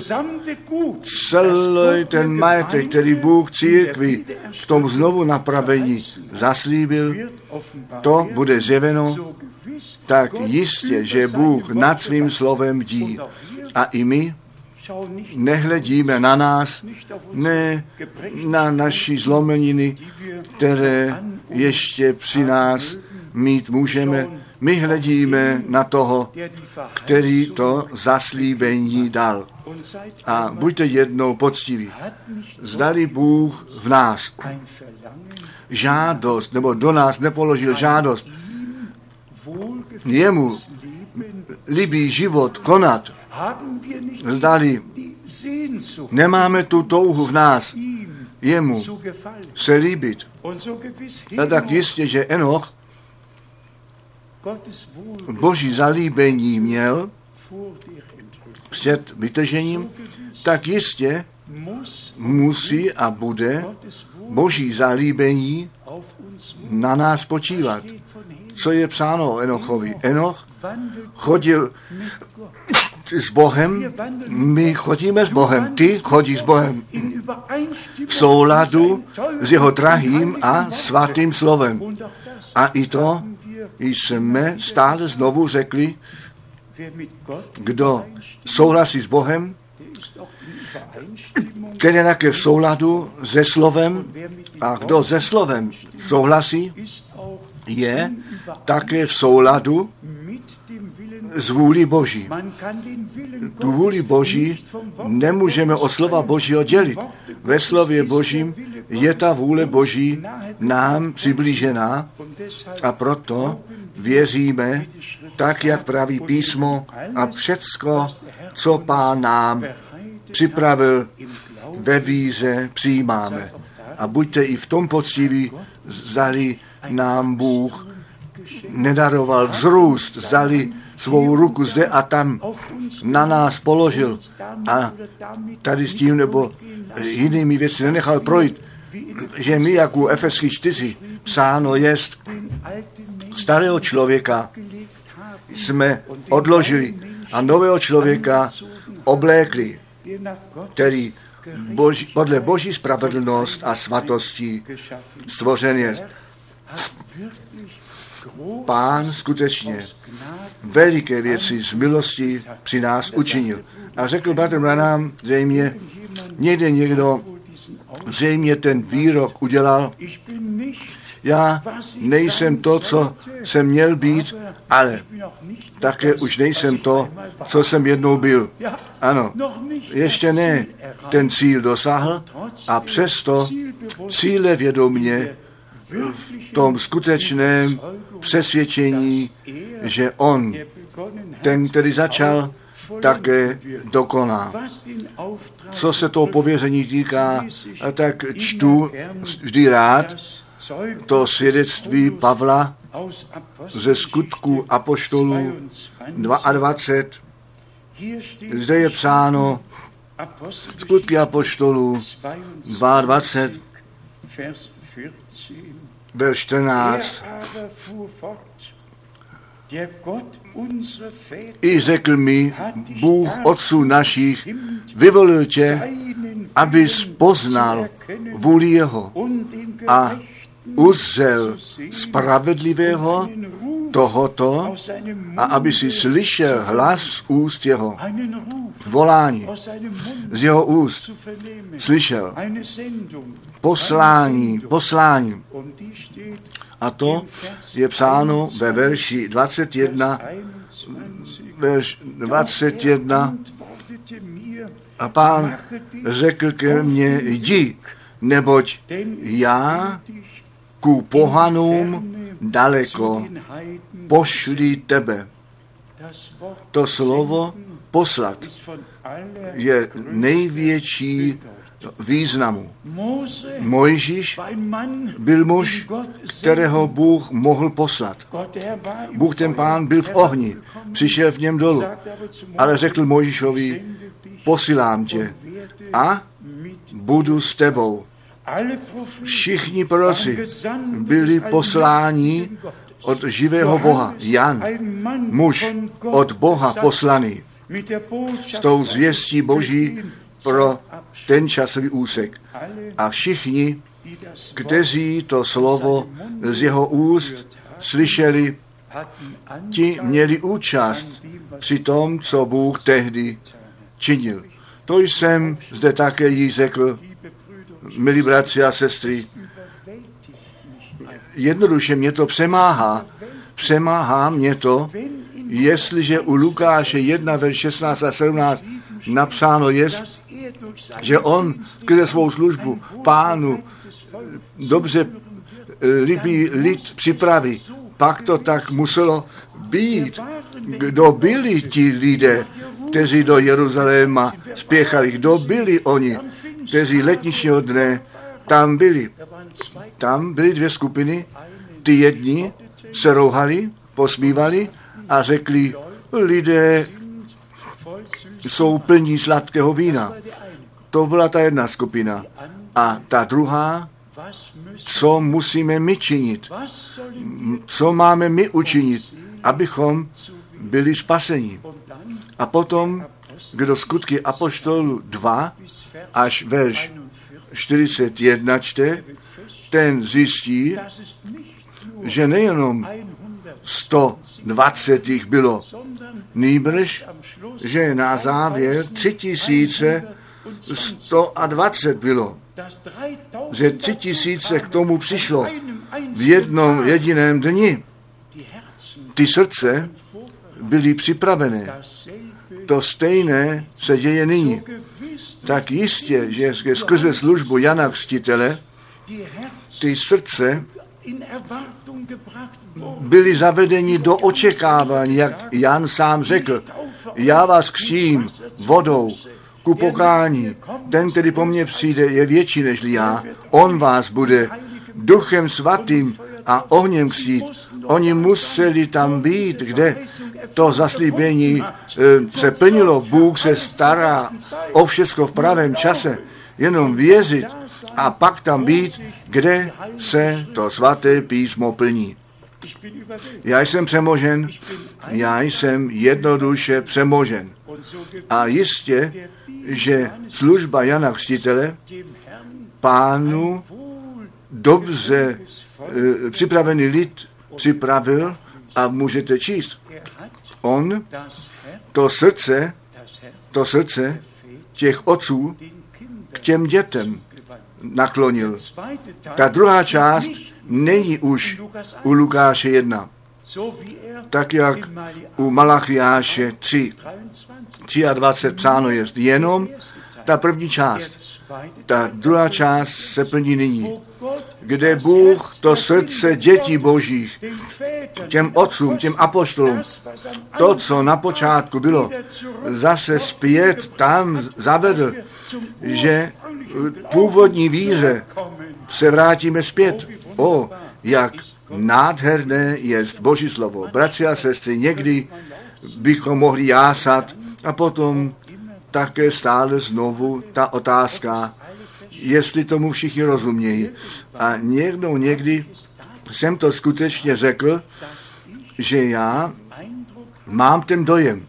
Celý ten majetek, který Bůh církvi v tom znovu napravení zaslíbil, to bude zjeveno tak jistě, že Bůh nad svým slovem dí. A i my nehledíme na nás, ne na naši zlomeniny, které ještě při nás mít můžeme. My hledíme na toho, který to zaslíbení dal. A buďte jednou poctiví. Zdali Bůh v nás žádost, nebo do nás nepoložil žádost, jemu líbí život konat, zdali Nemáme tu touhu v nás jemu se líbit. A tak jistě, že Enoch Boží zalíbení měl před vytržením, tak jistě musí a bude Boží zalíbení na nás spočívat. Co je psáno o Enochovi? Enoch chodil s Bohem, my chodíme s Bohem, ty chodíš s Bohem v souladu s jeho drahým a svatým slovem. A i to jsme stále znovu řekli, kdo souhlasí s Bohem, ten je také v souladu se slovem, a kdo se slovem souhlasí, je také v souladu s vůlí Boží. Tu vůli Boží nemůžeme od slova Božího dělit. Ve slově Božím je ta vůle Boží nám přiblížená a proto věříme, tak jak praví písmo, a všecko, co Pán nám připravil, ve víře přijímáme. A buďte i v tom poctiví, zdali nám Bůh nedaroval vzrůst, zdali svou ruku zde a tam na nás položil a tady s tím nebo jinými věci nenechal projít, že my, jak u Efeských čtyři psáno jest, starého člověka jsme odložili a nového člověka oblékli, který boží, podle Boží spravedlnost a svatosti stvořen jest. Pán skutečně veliké věci z milosti při nás učinil. A řekl bratr Branham, zřejmě někde někdo zřejmě ten výrok udělal, já nejsem to, co jsem měl být, ale také už nejsem to, co jsem jednou byl. Ano, ještě ne, ten cíl dosáhl a přesto cíle vědomě v tom skutečném přesvědčení, že on, ten, který začal, také dokoná. Co se toho pověření týká, tak čtu vždy rád to svědectví Pavla ze Skutků apoštolů dvacet dva. Zde je psáno Skutky apoštolů dvacet dva, verš čtrnáct. I řekl mi, Bůh otců našich vyvolil tě, abys poznal vůli jeho a uzřel spravedlivého tohoto a aby si slyšel hlas z úst jeho. Volání z jeho úst slyšel. Poslání, poslání. A to je psáno ve verši dvacet jedna, verš dvacet jedna. A Pán řekl ke mně, jdi, neboť já ku pohanům daleko pošli tebe. To slovo poslat je největší významu. Mojžíš byl muž, kterého Bůh mohl poslat. Bůh ten Pán byl v ohni, přišel v něm dolů, ale řekl Mojžíšovi, posílám tě a budu s tebou. Všichni proroci byli posláni od živého Boha. Jan, muž od Boha poslaný, s tou zvěstí Boží pro ten časový úsek. A všichni, kteří to slovo z jeho úst slyšeli, ti měli účast při tom, co Bůh tehdy činil. To jsem zde také jí řekl, milí bratři a sestry, jednoduše mě to přemáhá. Přemáhá mě to, jestliže u Lukáše jedna, verš šestnáct a sedmnáct napsáno je, že on skrze svou službu Pánu dobře líbí lid připraví. Pak to tak muselo být. Kdo byli ti lidé? kteří do Jeruzaléma spěchali. Kdo byli oni, kteří letničního dne tam byli? Tam byly dvě skupiny. Ty jedni se rouhali, posmívali a řekli, lidé jsou plní sladkého vína. To byla ta jedna skupina. A ta druhá, co musíme my činit? Co máme my učinit, abychom byli spaseni? A potom, kdo skutky apoštolů dva až verš čtyřicet jedna čte, ten zjistí, že nejenom sto dvacet jich bylo, nýbrž, že na závěr tři tisíce sto dvacet bylo. Že tři tisíce k tomu přišlo v jednom jediném dni. Ty srdce byly připravené. To stejné se děje nyní. Tak jistě, že skrze službu Jana Křtitele ty srdce byli zavedeni do očekávání, jak Jan sám řekl. Já vás křtím vodou ku pokání. Ten, který po mně přijde, je větší než já. On vás bude duchem svatým a ohněm křtít. Oni museli tam být, kde to zaslíbení se plnilo. Bůh se stará o všecko v pravém čase. Jenom věřit a pak tam být, kde se to svaté písmo plní. Já jsem přemožen, já jsem jednoduše přemožen. A jistě, že služba Jana Křtitele Pánu dobře e, připravený lid připravil a můžete číst. On to srdce, to srdce těch otců k těm dětem naklonil. Ta druhá část není už u Lukáše jedna, tak jak u Malachiáše tři, dvacet tři psáno je, jenom ta první část. Ta druhá část se plní nyní, kde Bůh to srdce dětí božích, těm otcům, těm apoštolům, to, co na počátku bylo, zase zpět tam zavedl, že původní víře se vrátíme zpět. O, jak nádherné je Boží slovo. Bratři a sestry, někdy bychom mohli jásat a potom také stále znovu ta otázka, jestli tomu všichni rozumějí. A někdo někdy jsem to skutečně řekl, že já mám ten dojem,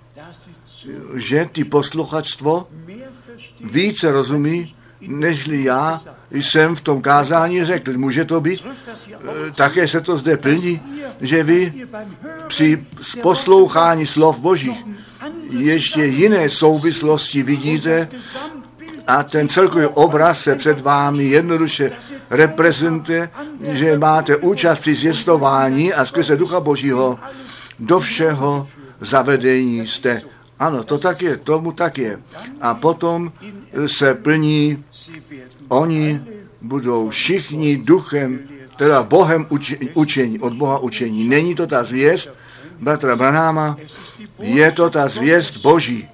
že ty posluchačstvo více rozumí, nežli já jsem v tom kázání řekl. Může to být? Také se to zde plní, že vy při poslouchání slov božích ještě jiné souvislosti vidíte a ten celkový obraz se před vámi jednoduše reprezentuje, že máte účast při zjistování a skrze Ducha Božího do všeho zavedení jste. Ano, to tak je, tomu tak je. A potom se plní, oni budou všichni duchem, teda Bohem učení, od Boha učení. Není to ta zvěst bratra Branhama, je to ta zvěst Boží,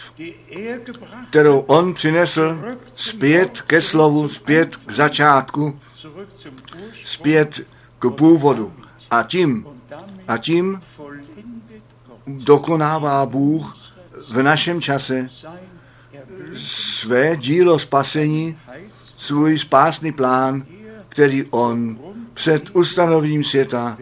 kterou on přinesl zpět ke slovu, zpět k začátku, zpět k původu. A tím, a tím dokonává Bůh v našem čase své dílo spasení, svůj spásný plán, který on před ustanovením světa,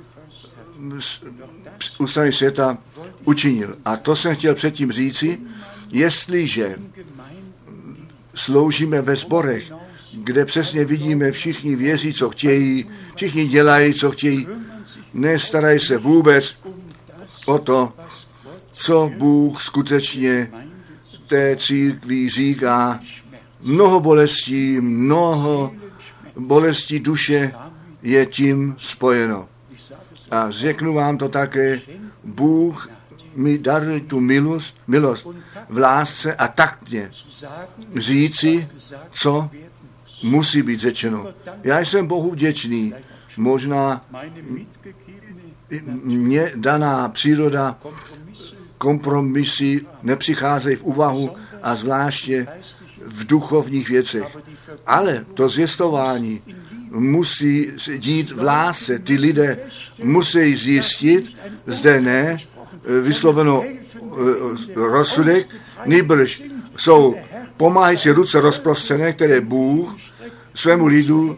ustanovením světa učinil. A to jsem chtěl předtím říci, jestliže sloužíme ve sborech, kde přesně vidíme, všichni věří, co chtějí, všichni dělají, co chtějí, nestarají se vůbec o to, co Bůh skutečně té církvi říká. Mnoho bolestí, mnoho bolestí duše je tím spojeno. A řeknu vám to také, Bůh mi daruje tu milost, milost v lásce a taktně říci, co musí být řečeno. Já jsem Bohu vděčný. Možná mě daná příroda kompromisy nepřicházejí v úvahu a zvláště v duchovních věcech. Ale to zvěstování musí dít v lásce. Ty lidé musí zjistit, zde ne vysloveno rozsudek, nýbrž jsou pomáhající ruce rozprostřené, které Bůh svému lidu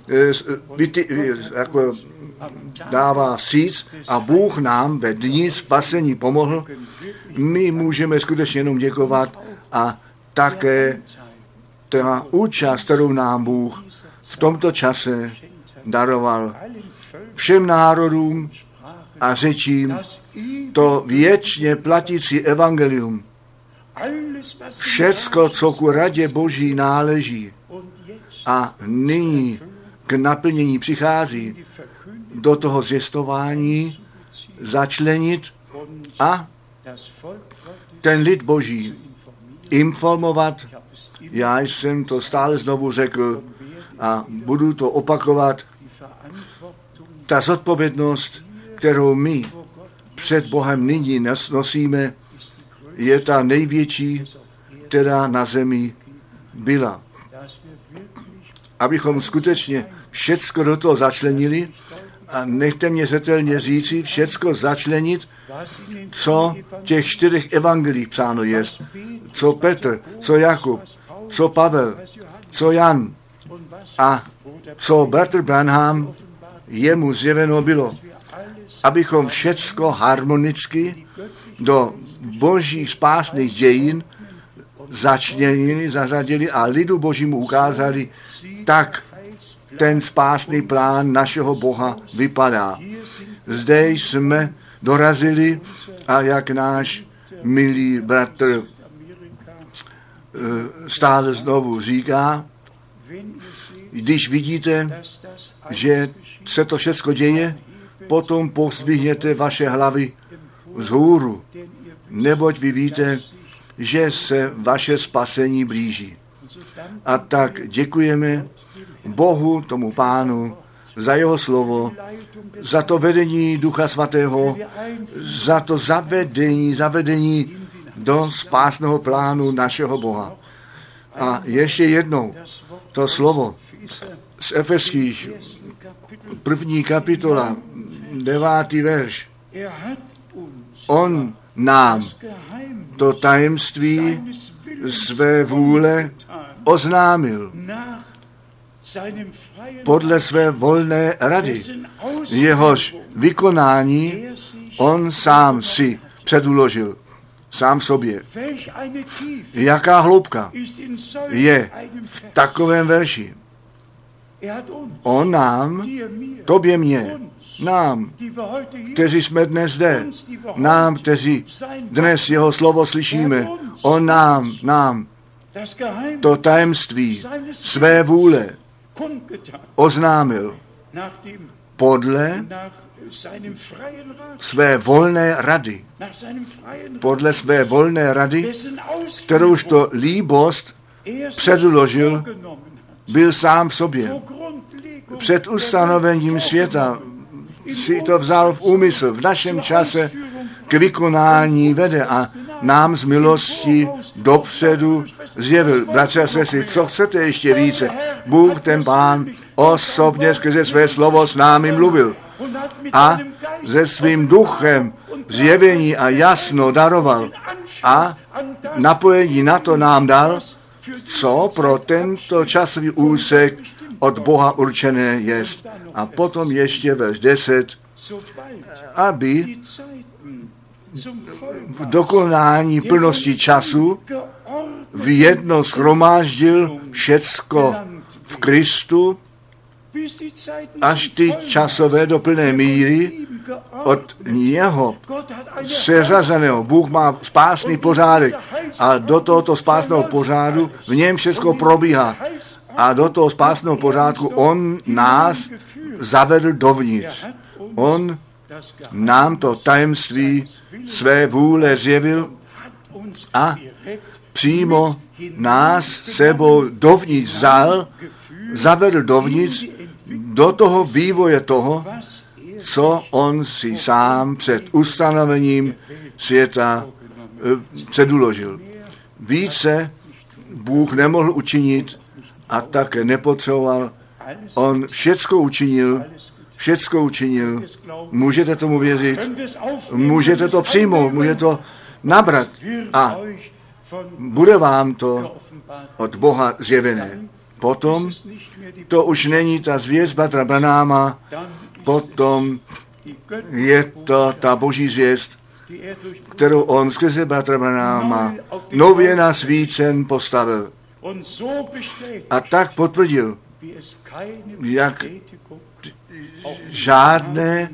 jako dává vstříc a Bůh nám ve dni spasení pomohl. My můžeme skutečně jenom děkovat a také ta účast, kterou nám Bůh v tomto čase daroval všem národům a řečím, to věčně platící evangelium, všecko, co ku radě Boží náleží a nyní k naplnění přichází, do toho zvěstování začlenit a ten lid Boží informovat. Já jsem to stále znovu řekl a budu to opakovat. Ta zodpovědnost, kterou my před Bohem nyní nosíme, je ta největší, která na zemi byla. Abychom skutečně všecko do toho začlenili a nechte mě zřetelně říci, všecko začlenit, co v těch čtyřech evangelích psáno je, co Petr, co Jakub, co Pavel, co Jan a co bratr Branham jemu zjeveno bylo, abychom všecko harmonicky do božích spásných dějin začlenili, zařadili a lidu Božímu ukázali, tak ten spásný plán našeho Boha vypadá. Zde jsme dorazili a jak náš milý bratr stále znovu říká, když vidíte, že se to všechno děje, potom pozdvihněte vaše hlavy vzhůru, neboť vy víte, že se vaše spasení blíží. A tak děkujeme Bohu, tomu Pánu, za jeho slovo, za to vedení Ducha Svatého, za to zavedení, zavedení do spásného plánu našeho Boha. A ještě jednou to slovo z Efeských, první kapitola, devátý verš. On nám to tajemství své vůle oznámil podle své volné rady. Jehož vykonání on sám si předuložil, sám sobě. Jaká hloubka je v takovém verši. On nám, tobě mě, nám, kteří jsme dnes zde, nám, kteří dnes jeho slovo slyšíme, on nám, nám to tajemství své vůle oznámil podle své volné rady. Podle své volné rady, kterouž to líbost předložil, byl sám v sobě. Před ustanovením světa si to vzal v úmysl, v našem čase k vykonání vede a nám z milosti dopředu zjevil. Bratři a sestry, co chcete ještě více? Bůh, ten Pán, osobně skrze své slovo s námi mluvil a se svým duchem zjevení a jasno daroval a napojení na to nám dal, co pro tento časový úsek od Boha určené jest. A potom ještě verš deset, aby v dokonání plnosti času v jedno shromáždil všecko v Kristu, až ty časové do plné míry od něho seřazeného. Bůh má spásný pořádek a do tohoto spásného pořádu v něm všechno probíhá. A do toho spásného pořádku on nás zavedl dovnitř. On nám to tajemství své vůle zjevil a přímo nás sebou dovnitř vzal, zavedl dovnitř do toho vývoje toho, co on si sám před ustanovením světa předuložil. Více Bůh nemohl učinit a také nepotřeboval. On všecko učinil, všecko učinil. Můžete tomu věřit, můžete to přijmout, můžete to nabrat a bude vám to od Boha zjevené. Potom to už není ta zvěst bratra Branhama, potom je to ta boží zvěst, kterou on skrze bratra Branhama nově na svícen postavil. A tak potvrdil, jak žádné,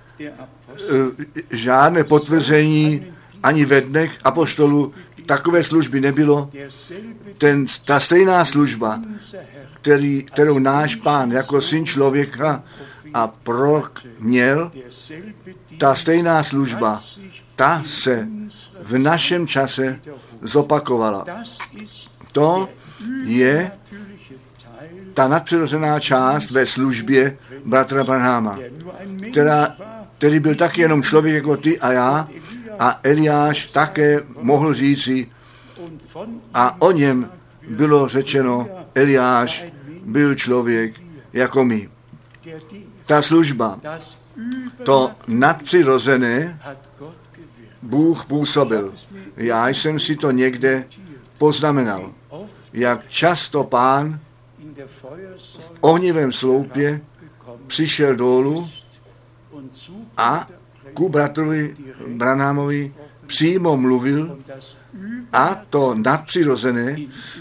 žádné potvrzení ani ve dnech apoštolů takové služby nebylo. Ten, ta stejná služba, který, kterou náš Pán jako syn člověka a prorok měl, ta stejná služba, ta se v našem čase zopakovala. To je ta nadpřirozená část ve službě bratra Branhama, která, který byl taky jenom člověk jako ty a já, a Eliáš také mohl říci, a o něm bylo řečeno, Eliáš byl člověk jako my. Ta služba, to nadpřirozené, Bůh působil. Já jsem si to někde poznamenal, jak často Pán v ohnivém sloupě přišel dolů a ku bratrovi Branhamovi přímo mluvil, a to nadpřirozené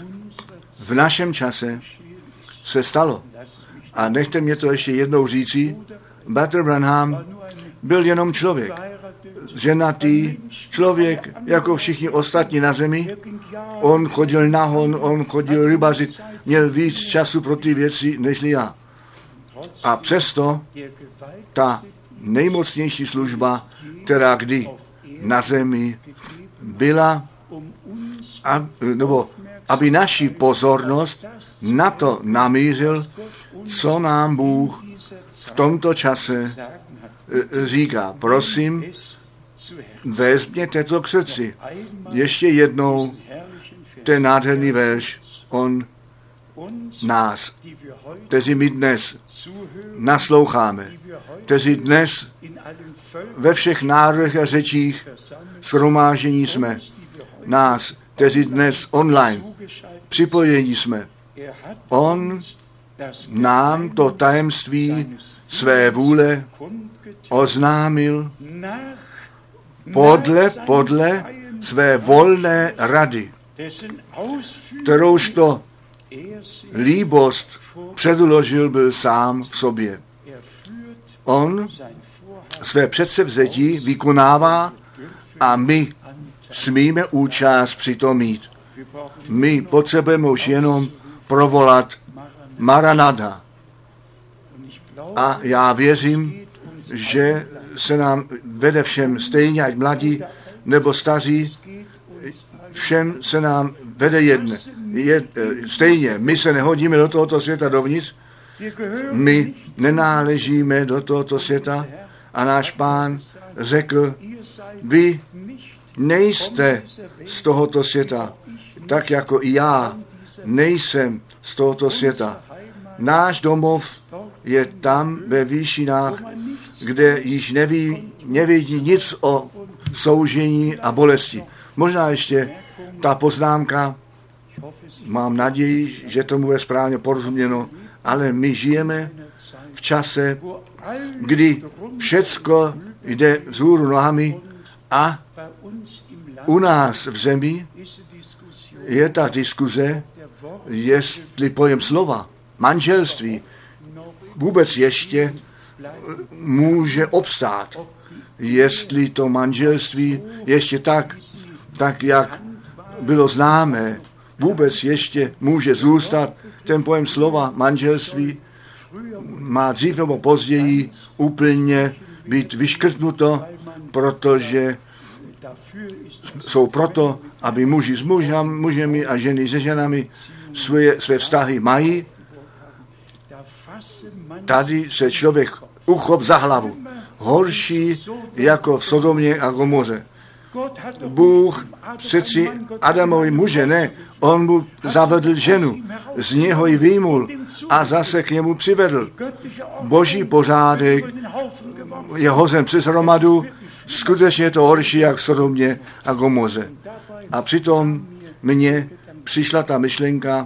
v našem čase se stalo. A nechte mě to ještě jednou říci, bratr Branham byl jenom člověk, ženatý člověk, jako všichni ostatní na zemi. On chodil nahon, on chodil rybařit, měl víc času pro ty věci, nežli já. A přesto ta nejmocnější služba, která kdy na zemi byla, a, nebo aby naši pozornost na to namířil, co nám Bůh v tomto čase říká. Prosím, vezměte to k srdci. Ještě jednou ten nádherný verš. On nás, kteří my dnes nasloucháme, kteří dnes ve všech národech a řečích shromáždění jsme, nás, kteří dnes online připojení jsme. On nám to tajemství své vůle oznámil podle, podle své volné rady, kterouž to líbost předložil byl sám v sobě. On své předsevzetí vykonává a my smíme účast přitom mít. My potřebujeme už jenom provolat Maranatha. A já věřím, že se nám vede všem stejně, ať mladí nebo staří, všem se nám vede jedne. Je, stejně, my se nehodíme do tohoto světa dovnitř, my nenáležíme do tohoto světa a náš Pán řekl, vy nejste z tohoto světa, tak jako i já nejsem z tohoto světa. Náš domov je tam ve výšinách, kde již neví, nevědí nic o soužení a bolesti. Možná ještě ta poznámka, mám naději, že tomu je správně porozuměno, ale my žijeme v čase, kdy všecko jde vzhůru nohami a u nás v zemi je ta diskuze, jestli pojem slova, manželství vůbec ještě může obstát, jestli to manželství ještě tak, tak jak bylo známé, vůbec ještě může zůstat. Ten pojem slova manželství má dřív nebo později úplně být vyškrtnuto, protože jsou proto, aby muži s mužem, mužemi a ženy se ženami své, své vztahy mají. Tady se člověk uchop za hlavu. Horší jako v Sodomě a Gomoře. Bůh přeci Adamovi muže, ne, on mu zavedl ženu, z něho ji vyjmul a zase k němu přivedl. Boží pořádek je hozen přes hromadu, skutečně je to horší jak v Sodomě a Gomoře. A přitom mně přišla ta myšlenka,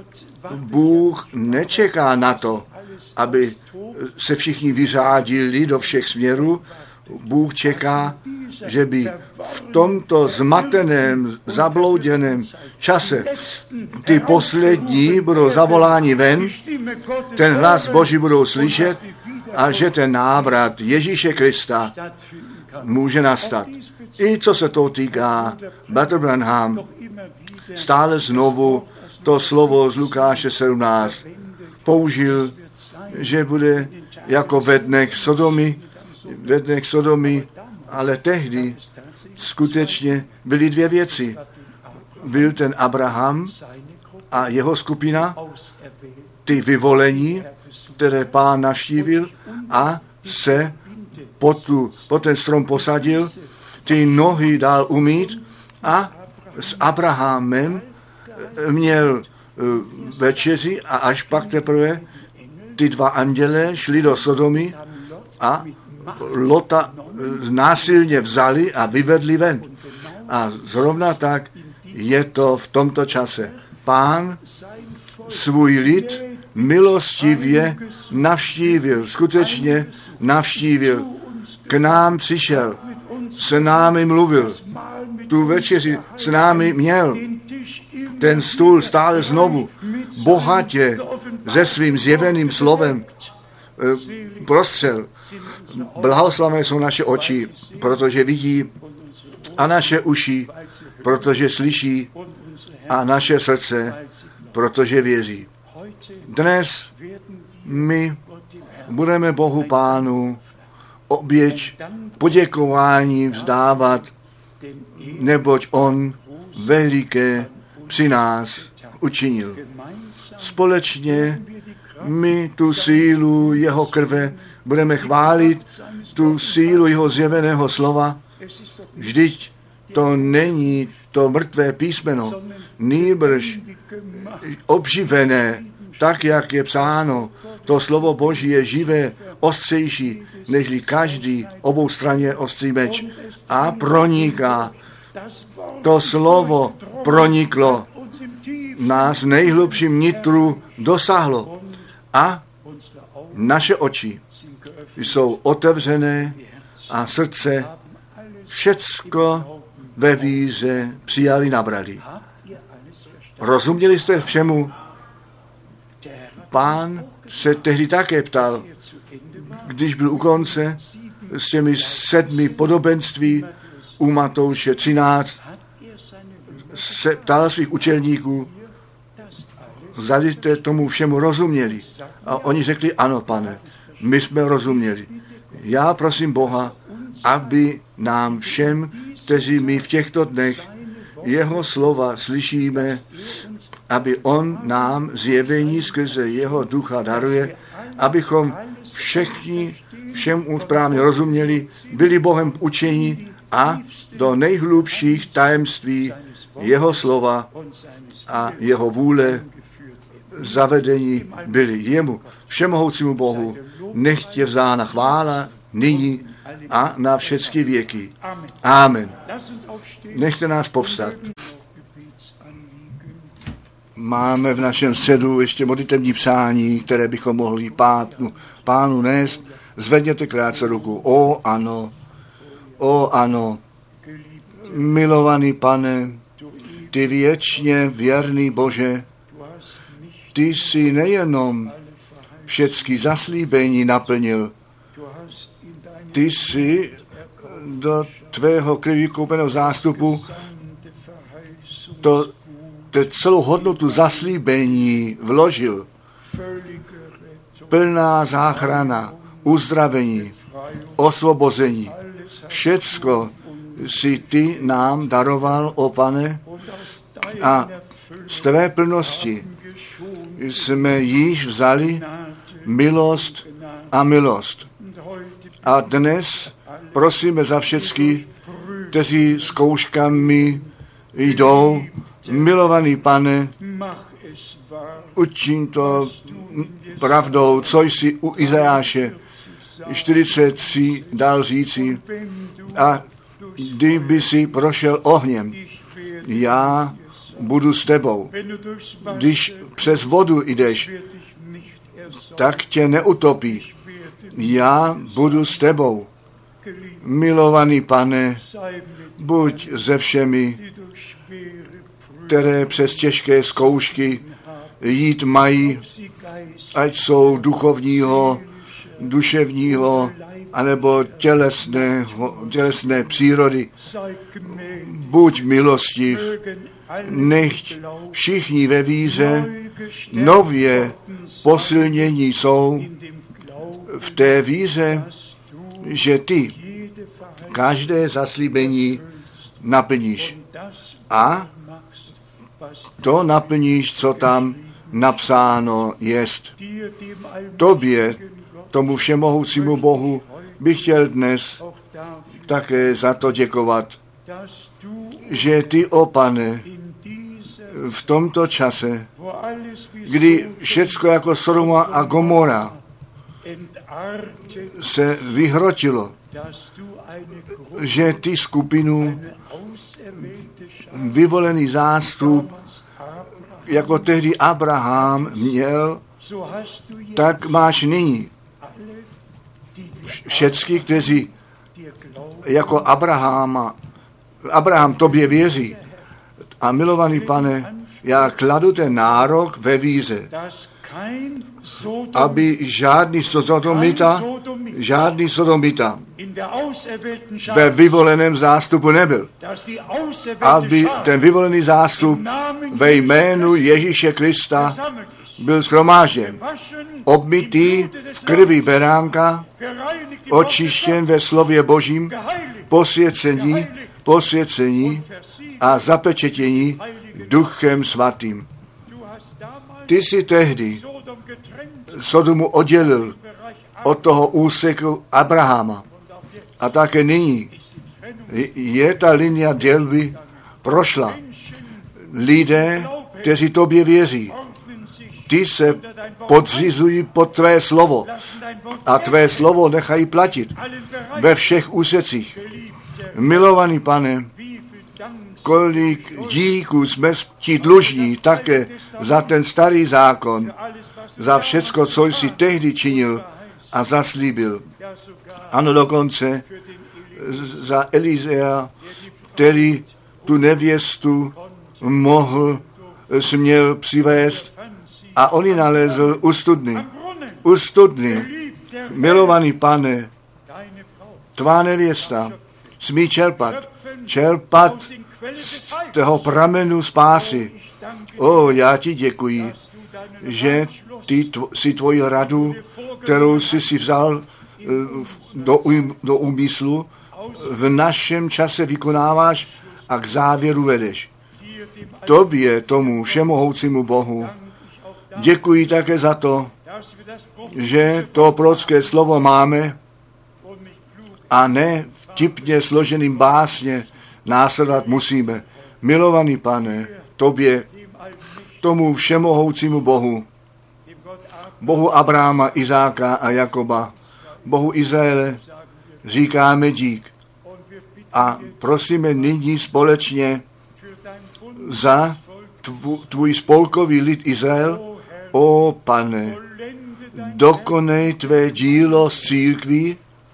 Bůh nečeká na to, aby se všichni vyřádili do všech směrů. Bůh čeká, že by v tomto zmateném, zablouděném čase ty poslední budou zavoláni ven, ten hlas Boží budou slyšet a že ten návrat Ježíše Krista může nastat. I co se to týká, Brother Branham stále znovu to slovo z Lukáše sedmnáct použil, že bude jako ve dnech Sodomy, ve dnech Sodomy, ale tehdy skutečně byly dvě věci. Byl ten Abraham a jeho skupina, ty vyvolení, které Pán navštívil a se po, tu, po ten strom posadil, ty nohy dal umýt a s Abrahamem měl večeři a až pak teprve ty dva anděle šli do Sodomy a Lota násilně vzali a vyvedli ven. A zrovna tak je to v tomto čase. Pán svůj lid milostivě navštívil, skutečně navštívil, k nám přišel, s námi mluvil, tu večeři s námi měl, ten stůl stále znovu, bohatě, se svým zjeveným slovem prostřel. Blahoslavené jsou naše oči, protože vidí, a naše uši, protože slyší, a naše srdce, protože věří. Dnes my budeme Bohu Pánu oběť poděkování vzdávat, neboť on veliké při nás učinil. Společně my tu sílu jeho krve budeme chválit, tu sílu jeho zjeveného slova. Vždyť to není to mrtvé písmeno, nýbrž obživené, tak, jak je psáno. To slovo Boží je živé, ostřejší, nežli každý oboustraně ostrý meč a proniká. To slovo proniklo, nás v nejhlubším nitru dosáhlo a naše oči jsou otevřené a srdce všecko ve víře přijali, nabrali. Rozuměli jste všemu? Pán se tehdy také ptal, když byl u konce s těmi sedmi podobenství u Matouše třináct, se ptal svých učedníků, zdali jste tomu všemu rozuměli. A oni řekli, ano, pane, my jsme rozuměli. Já prosím Boha, aby nám všem, kteří my v těchto dnech jeho slova slyšíme, aby on nám zjevení skrze jeho ducha daruje, abychom všichni všem správně rozuměli, byli Bohem učeni a do nejhlubších tajemství jeho slova a jeho vůle zavedení byli. Jemu, všemohoucímu Bohu, nechť je vzána chvála nyní a na všechny věky. Amen. Nechte nás povstat. Máme v našem středu ještě modlitevní přání, které bychom mohli pánu, pánu nést. Zvedněte krátce ruku. O ano, o ano, milovaný Pane, ty věčně věrný Bože, ty jsi nejenom všechny zaslíbení naplnil, ty jsi do tvého krví koupeného zástupu to, to celou hodnotu zaslíbení vložil. Plná záchrana, uzdravení, osvobození. Všecko si ty nám daroval, o Pane, a z tvé plnosti jsme již vzali milost a milost. A dnes prosíme za všechny, kteří zkouškami jdou. Milovaný Pane, učím to pravdou, co jsi u Izajáše čtyřicet tři dal říci. A kdyby si prošel ohněm, já budu s tebou. Když přes vodu jdeš, tak tě neutopí. Já budu s tebou. Milovaný Pane, buď se všemi, které přes těžké zkoušky jít mají, ať jsou duchovního, duševního, anebo tělesného, tělesné přírody. Buď milostiv, nechť všichni ve víře nově posilnění jsou v té víře, že ty každé zaslíbení naplníš. A to naplníš, co tam napsáno jest. Tobě, tomu všemohoucímu Bohu, bych chtěl dnes také za to děkovat, že ty, o Pane, v tomto čase, kdy všecko jako Sodoma a Gomora se vyhrotilo, že ty skupinu vyvolený zástup, jako tehdy Abraham měl, tak máš nyní všecky, kteří jako Abrahama, Abraham tobě věří. A milovaný Pane, já kladu ten nárok ve víře, aby žádný sodomita, žádný sodomita ve vyvoleném zástupu nebyl. Aby ten vyvolený zástup ve jménu Ježíše Krista byl shromážděn, obmytý v krvi beránka, očištěn ve slově Božím, posvěcení, posvěcení a zapečetění Duchem Svatým. Ty jsi tehdy Sodomu oddělil od toho úseku Abrahama. A také nyní je ta linie dělby prošla. Lidé, kteří tobě věří, ty se podřizují pod tvé slovo a tvé slovo nechají platit ve všech úsecích. Milovaný Pane, kolik díků jsme ti dlužní také za ten starý zákon, za všecko, co jsi tehdy činil a zaslíbil. Ano, dokonce za Elizea, který tu nevěstu mohl, směl přivést a on ji nalezl u studny. U studny, milovaný Pane, tvá nevěsta smí čerpat, čerpat z toho pramenu spásy. O, já ti děkuji, že ty tvo, si tvoji radu, kterou jsi si vzal do, do úmyslu, v našem čase vykonáváš a k závěru vedeš. Tobě, tomu všemohoucímu Bohu, děkuji také za to, že to prorocké slovo máme a ne vtipně složeným básně následovat musíme. Milovaný Pane, tobě, tomu všemohoucímu Bohu, Bohu Abrahama, Izáka a Jakoba, Bohu Izraele, říkáme dík. A prosíme nyní společně za tvu, tvůj spolkový lid Izrael. O Pane, dokonej tvé dílo s církví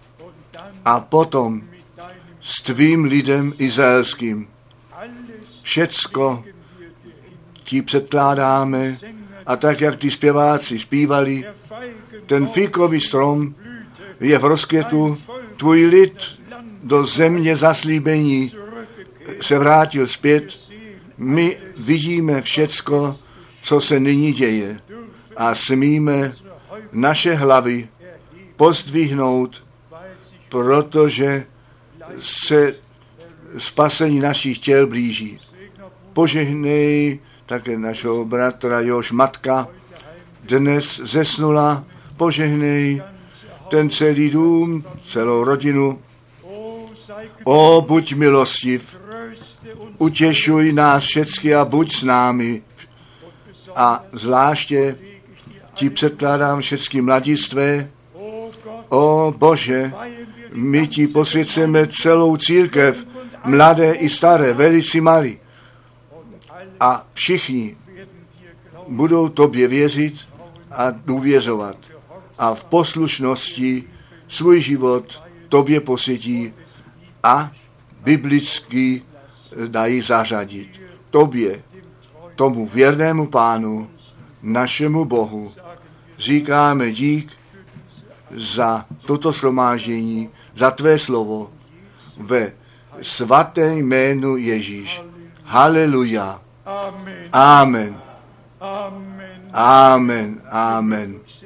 a potom s tvým lidem izraelským. Všecko ti předkládáme a tak, jak ty zpěváci zpívali, ten fíkový strom je v rozkvětu, tvůj lid do země zaslíbení se vrátil zpět. My vidíme všecko, co se nyní děje a smíme naše hlavy pozdvihnout, protože se spasení našich těl blíží. Požehnej také našeho bratra Jož matka, dnes zesnula, požehnej ten celý dům, celou rodinu. O, buď milostiv, utěšuj nás všechny a buď s námi. A zvláště ti předkládám všechny mladistvé. O Bože, my ti posvěcujeme celou církev, mladé i staré, velici malí. A všichni budou tobě věřit a důvěřovat. A v poslušnosti svůj život tobě posvětí a biblicky dají zařadit. Tobě, tomu věrnému Pánu, našemu Bohu, říkáme dík za toto shromáždění, za tvé slovo ve svaté jménu Ježíš. Haleluja. Amen. Amen. Amen. Amen.